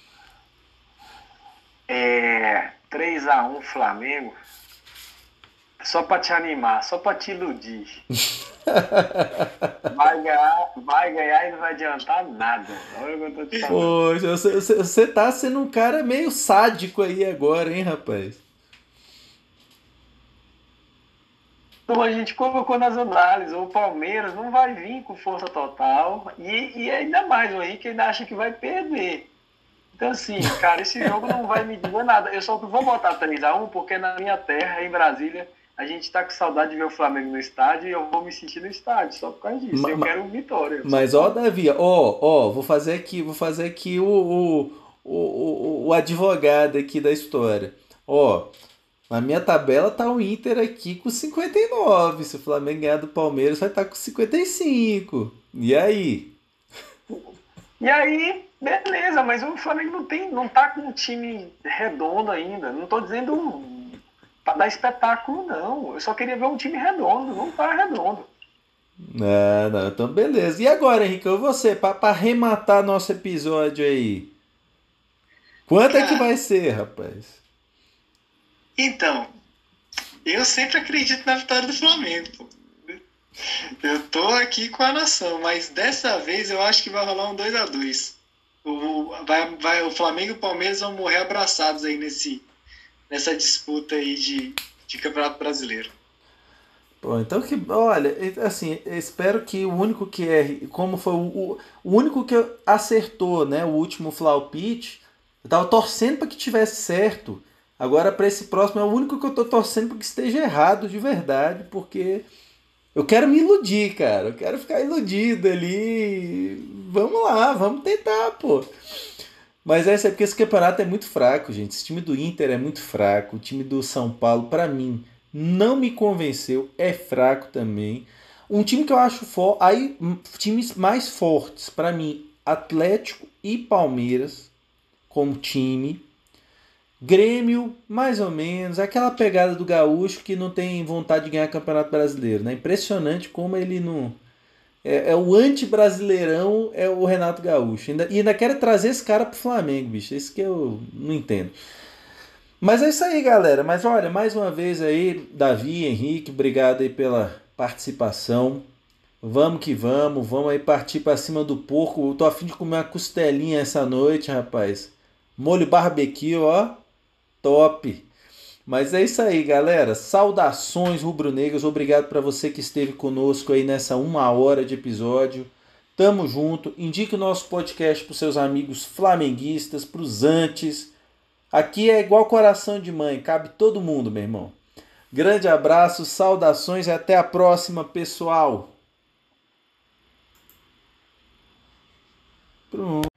3-1 Flamengo. Só para te animar, só para te iludir. Vai ganhar e não vai adiantar nada. Olha o que eu tô te falando. Poxa, você tá sendo um cara meio sádico aí agora, hein, rapaz? Então a gente colocou nas análises, o Palmeiras não vai vir com força total e ainda mais, o Henrique ainda acha que vai perder. Então assim, cara, esse jogo não vai me dizer nada. Eu só vou botar 3-1 porque na minha terra, em Brasília, a gente tá com saudade de ver o Flamengo no estádio e eu vou me sentir no estádio, só por causa disso. Eu quero vitória. Mas Davi, vou fazer aqui o advogado aqui da história. Na minha tabela tá o Inter aqui com 59. Se o Flamengo ganhar do Palmeiras, vai estar com 55. E aí? E aí, beleza, mas o Flamengo não tá com um time redondo ainda. Não tô dizendo pra dar espetáculo, não. Eu só queria ver um time redondo. Não tá redondo. Não, então beleza. E agora, Henrique, você, pra arrematar nosso episódio aí? Quanto é que vai ser, rapaz? Então, eu sempre acredito na vitória do Flamengo, pô. Eu tô aqui com a nação, mas dessa vez eu acho que vai rolar um 2-2. O Flamengo e o Palmeiras vão morrer abraçados aí nessa disputa aí de Campeonato Brasileiro. Pô, então olha, assim, espero que o único que como foi o único que acertou, né, o último flaupite, eu tava torcendo para que tivesse certo. Agora, para esse próximo, é o único que eu tô torcendo para que esteja errado de verdade, porque eu quero me iludir, cara. Eu quero ficar iludido ali. Vamos lá, vamos tentar, pô. Mas é porque esse campeonato é muito fraco, gente. Esse time do Inter é muito fraco. O time do São Paulo, para mim, não me convenceu. É fraco também. Um time que eu acho forte. Aí, times mais fortes, para mim, Atlético e Palmeiras, como time. Grêmio, mais ou menos, aquela pegada do gaúcho que não tem vontade de ganhar Campeonato Brasileiro, né? Impressionante como ele não... É o anti-brasileirão, é o Renato Gaúcho. E ainda quer trazer esse cara pro Flamengo, bicho. Isso que eu não entendo. Mas é isso aí, galera. Mas olha, mais uma vez aí, Davi, Henrique, obrigado aí pela participação. Vamos que vamos aí partir pra cima do porco. Eu tô a fim de comer uma costelinha essa noite, rapaz. Molho barbecue, ó, top. Mas é isso aí, galera. Saudações rubro-negras. Obrigado para você que esteve conosco aí nessa 1 hora de episódio. Tamo junto. Indique o nosso podcast para seus amigos flamenguistas, pros antes. Aqui é igual coração de mãe, cabe todo mundo, meu irmão. Grande abraço, saudações e até a próxima, pessoal. Pronto.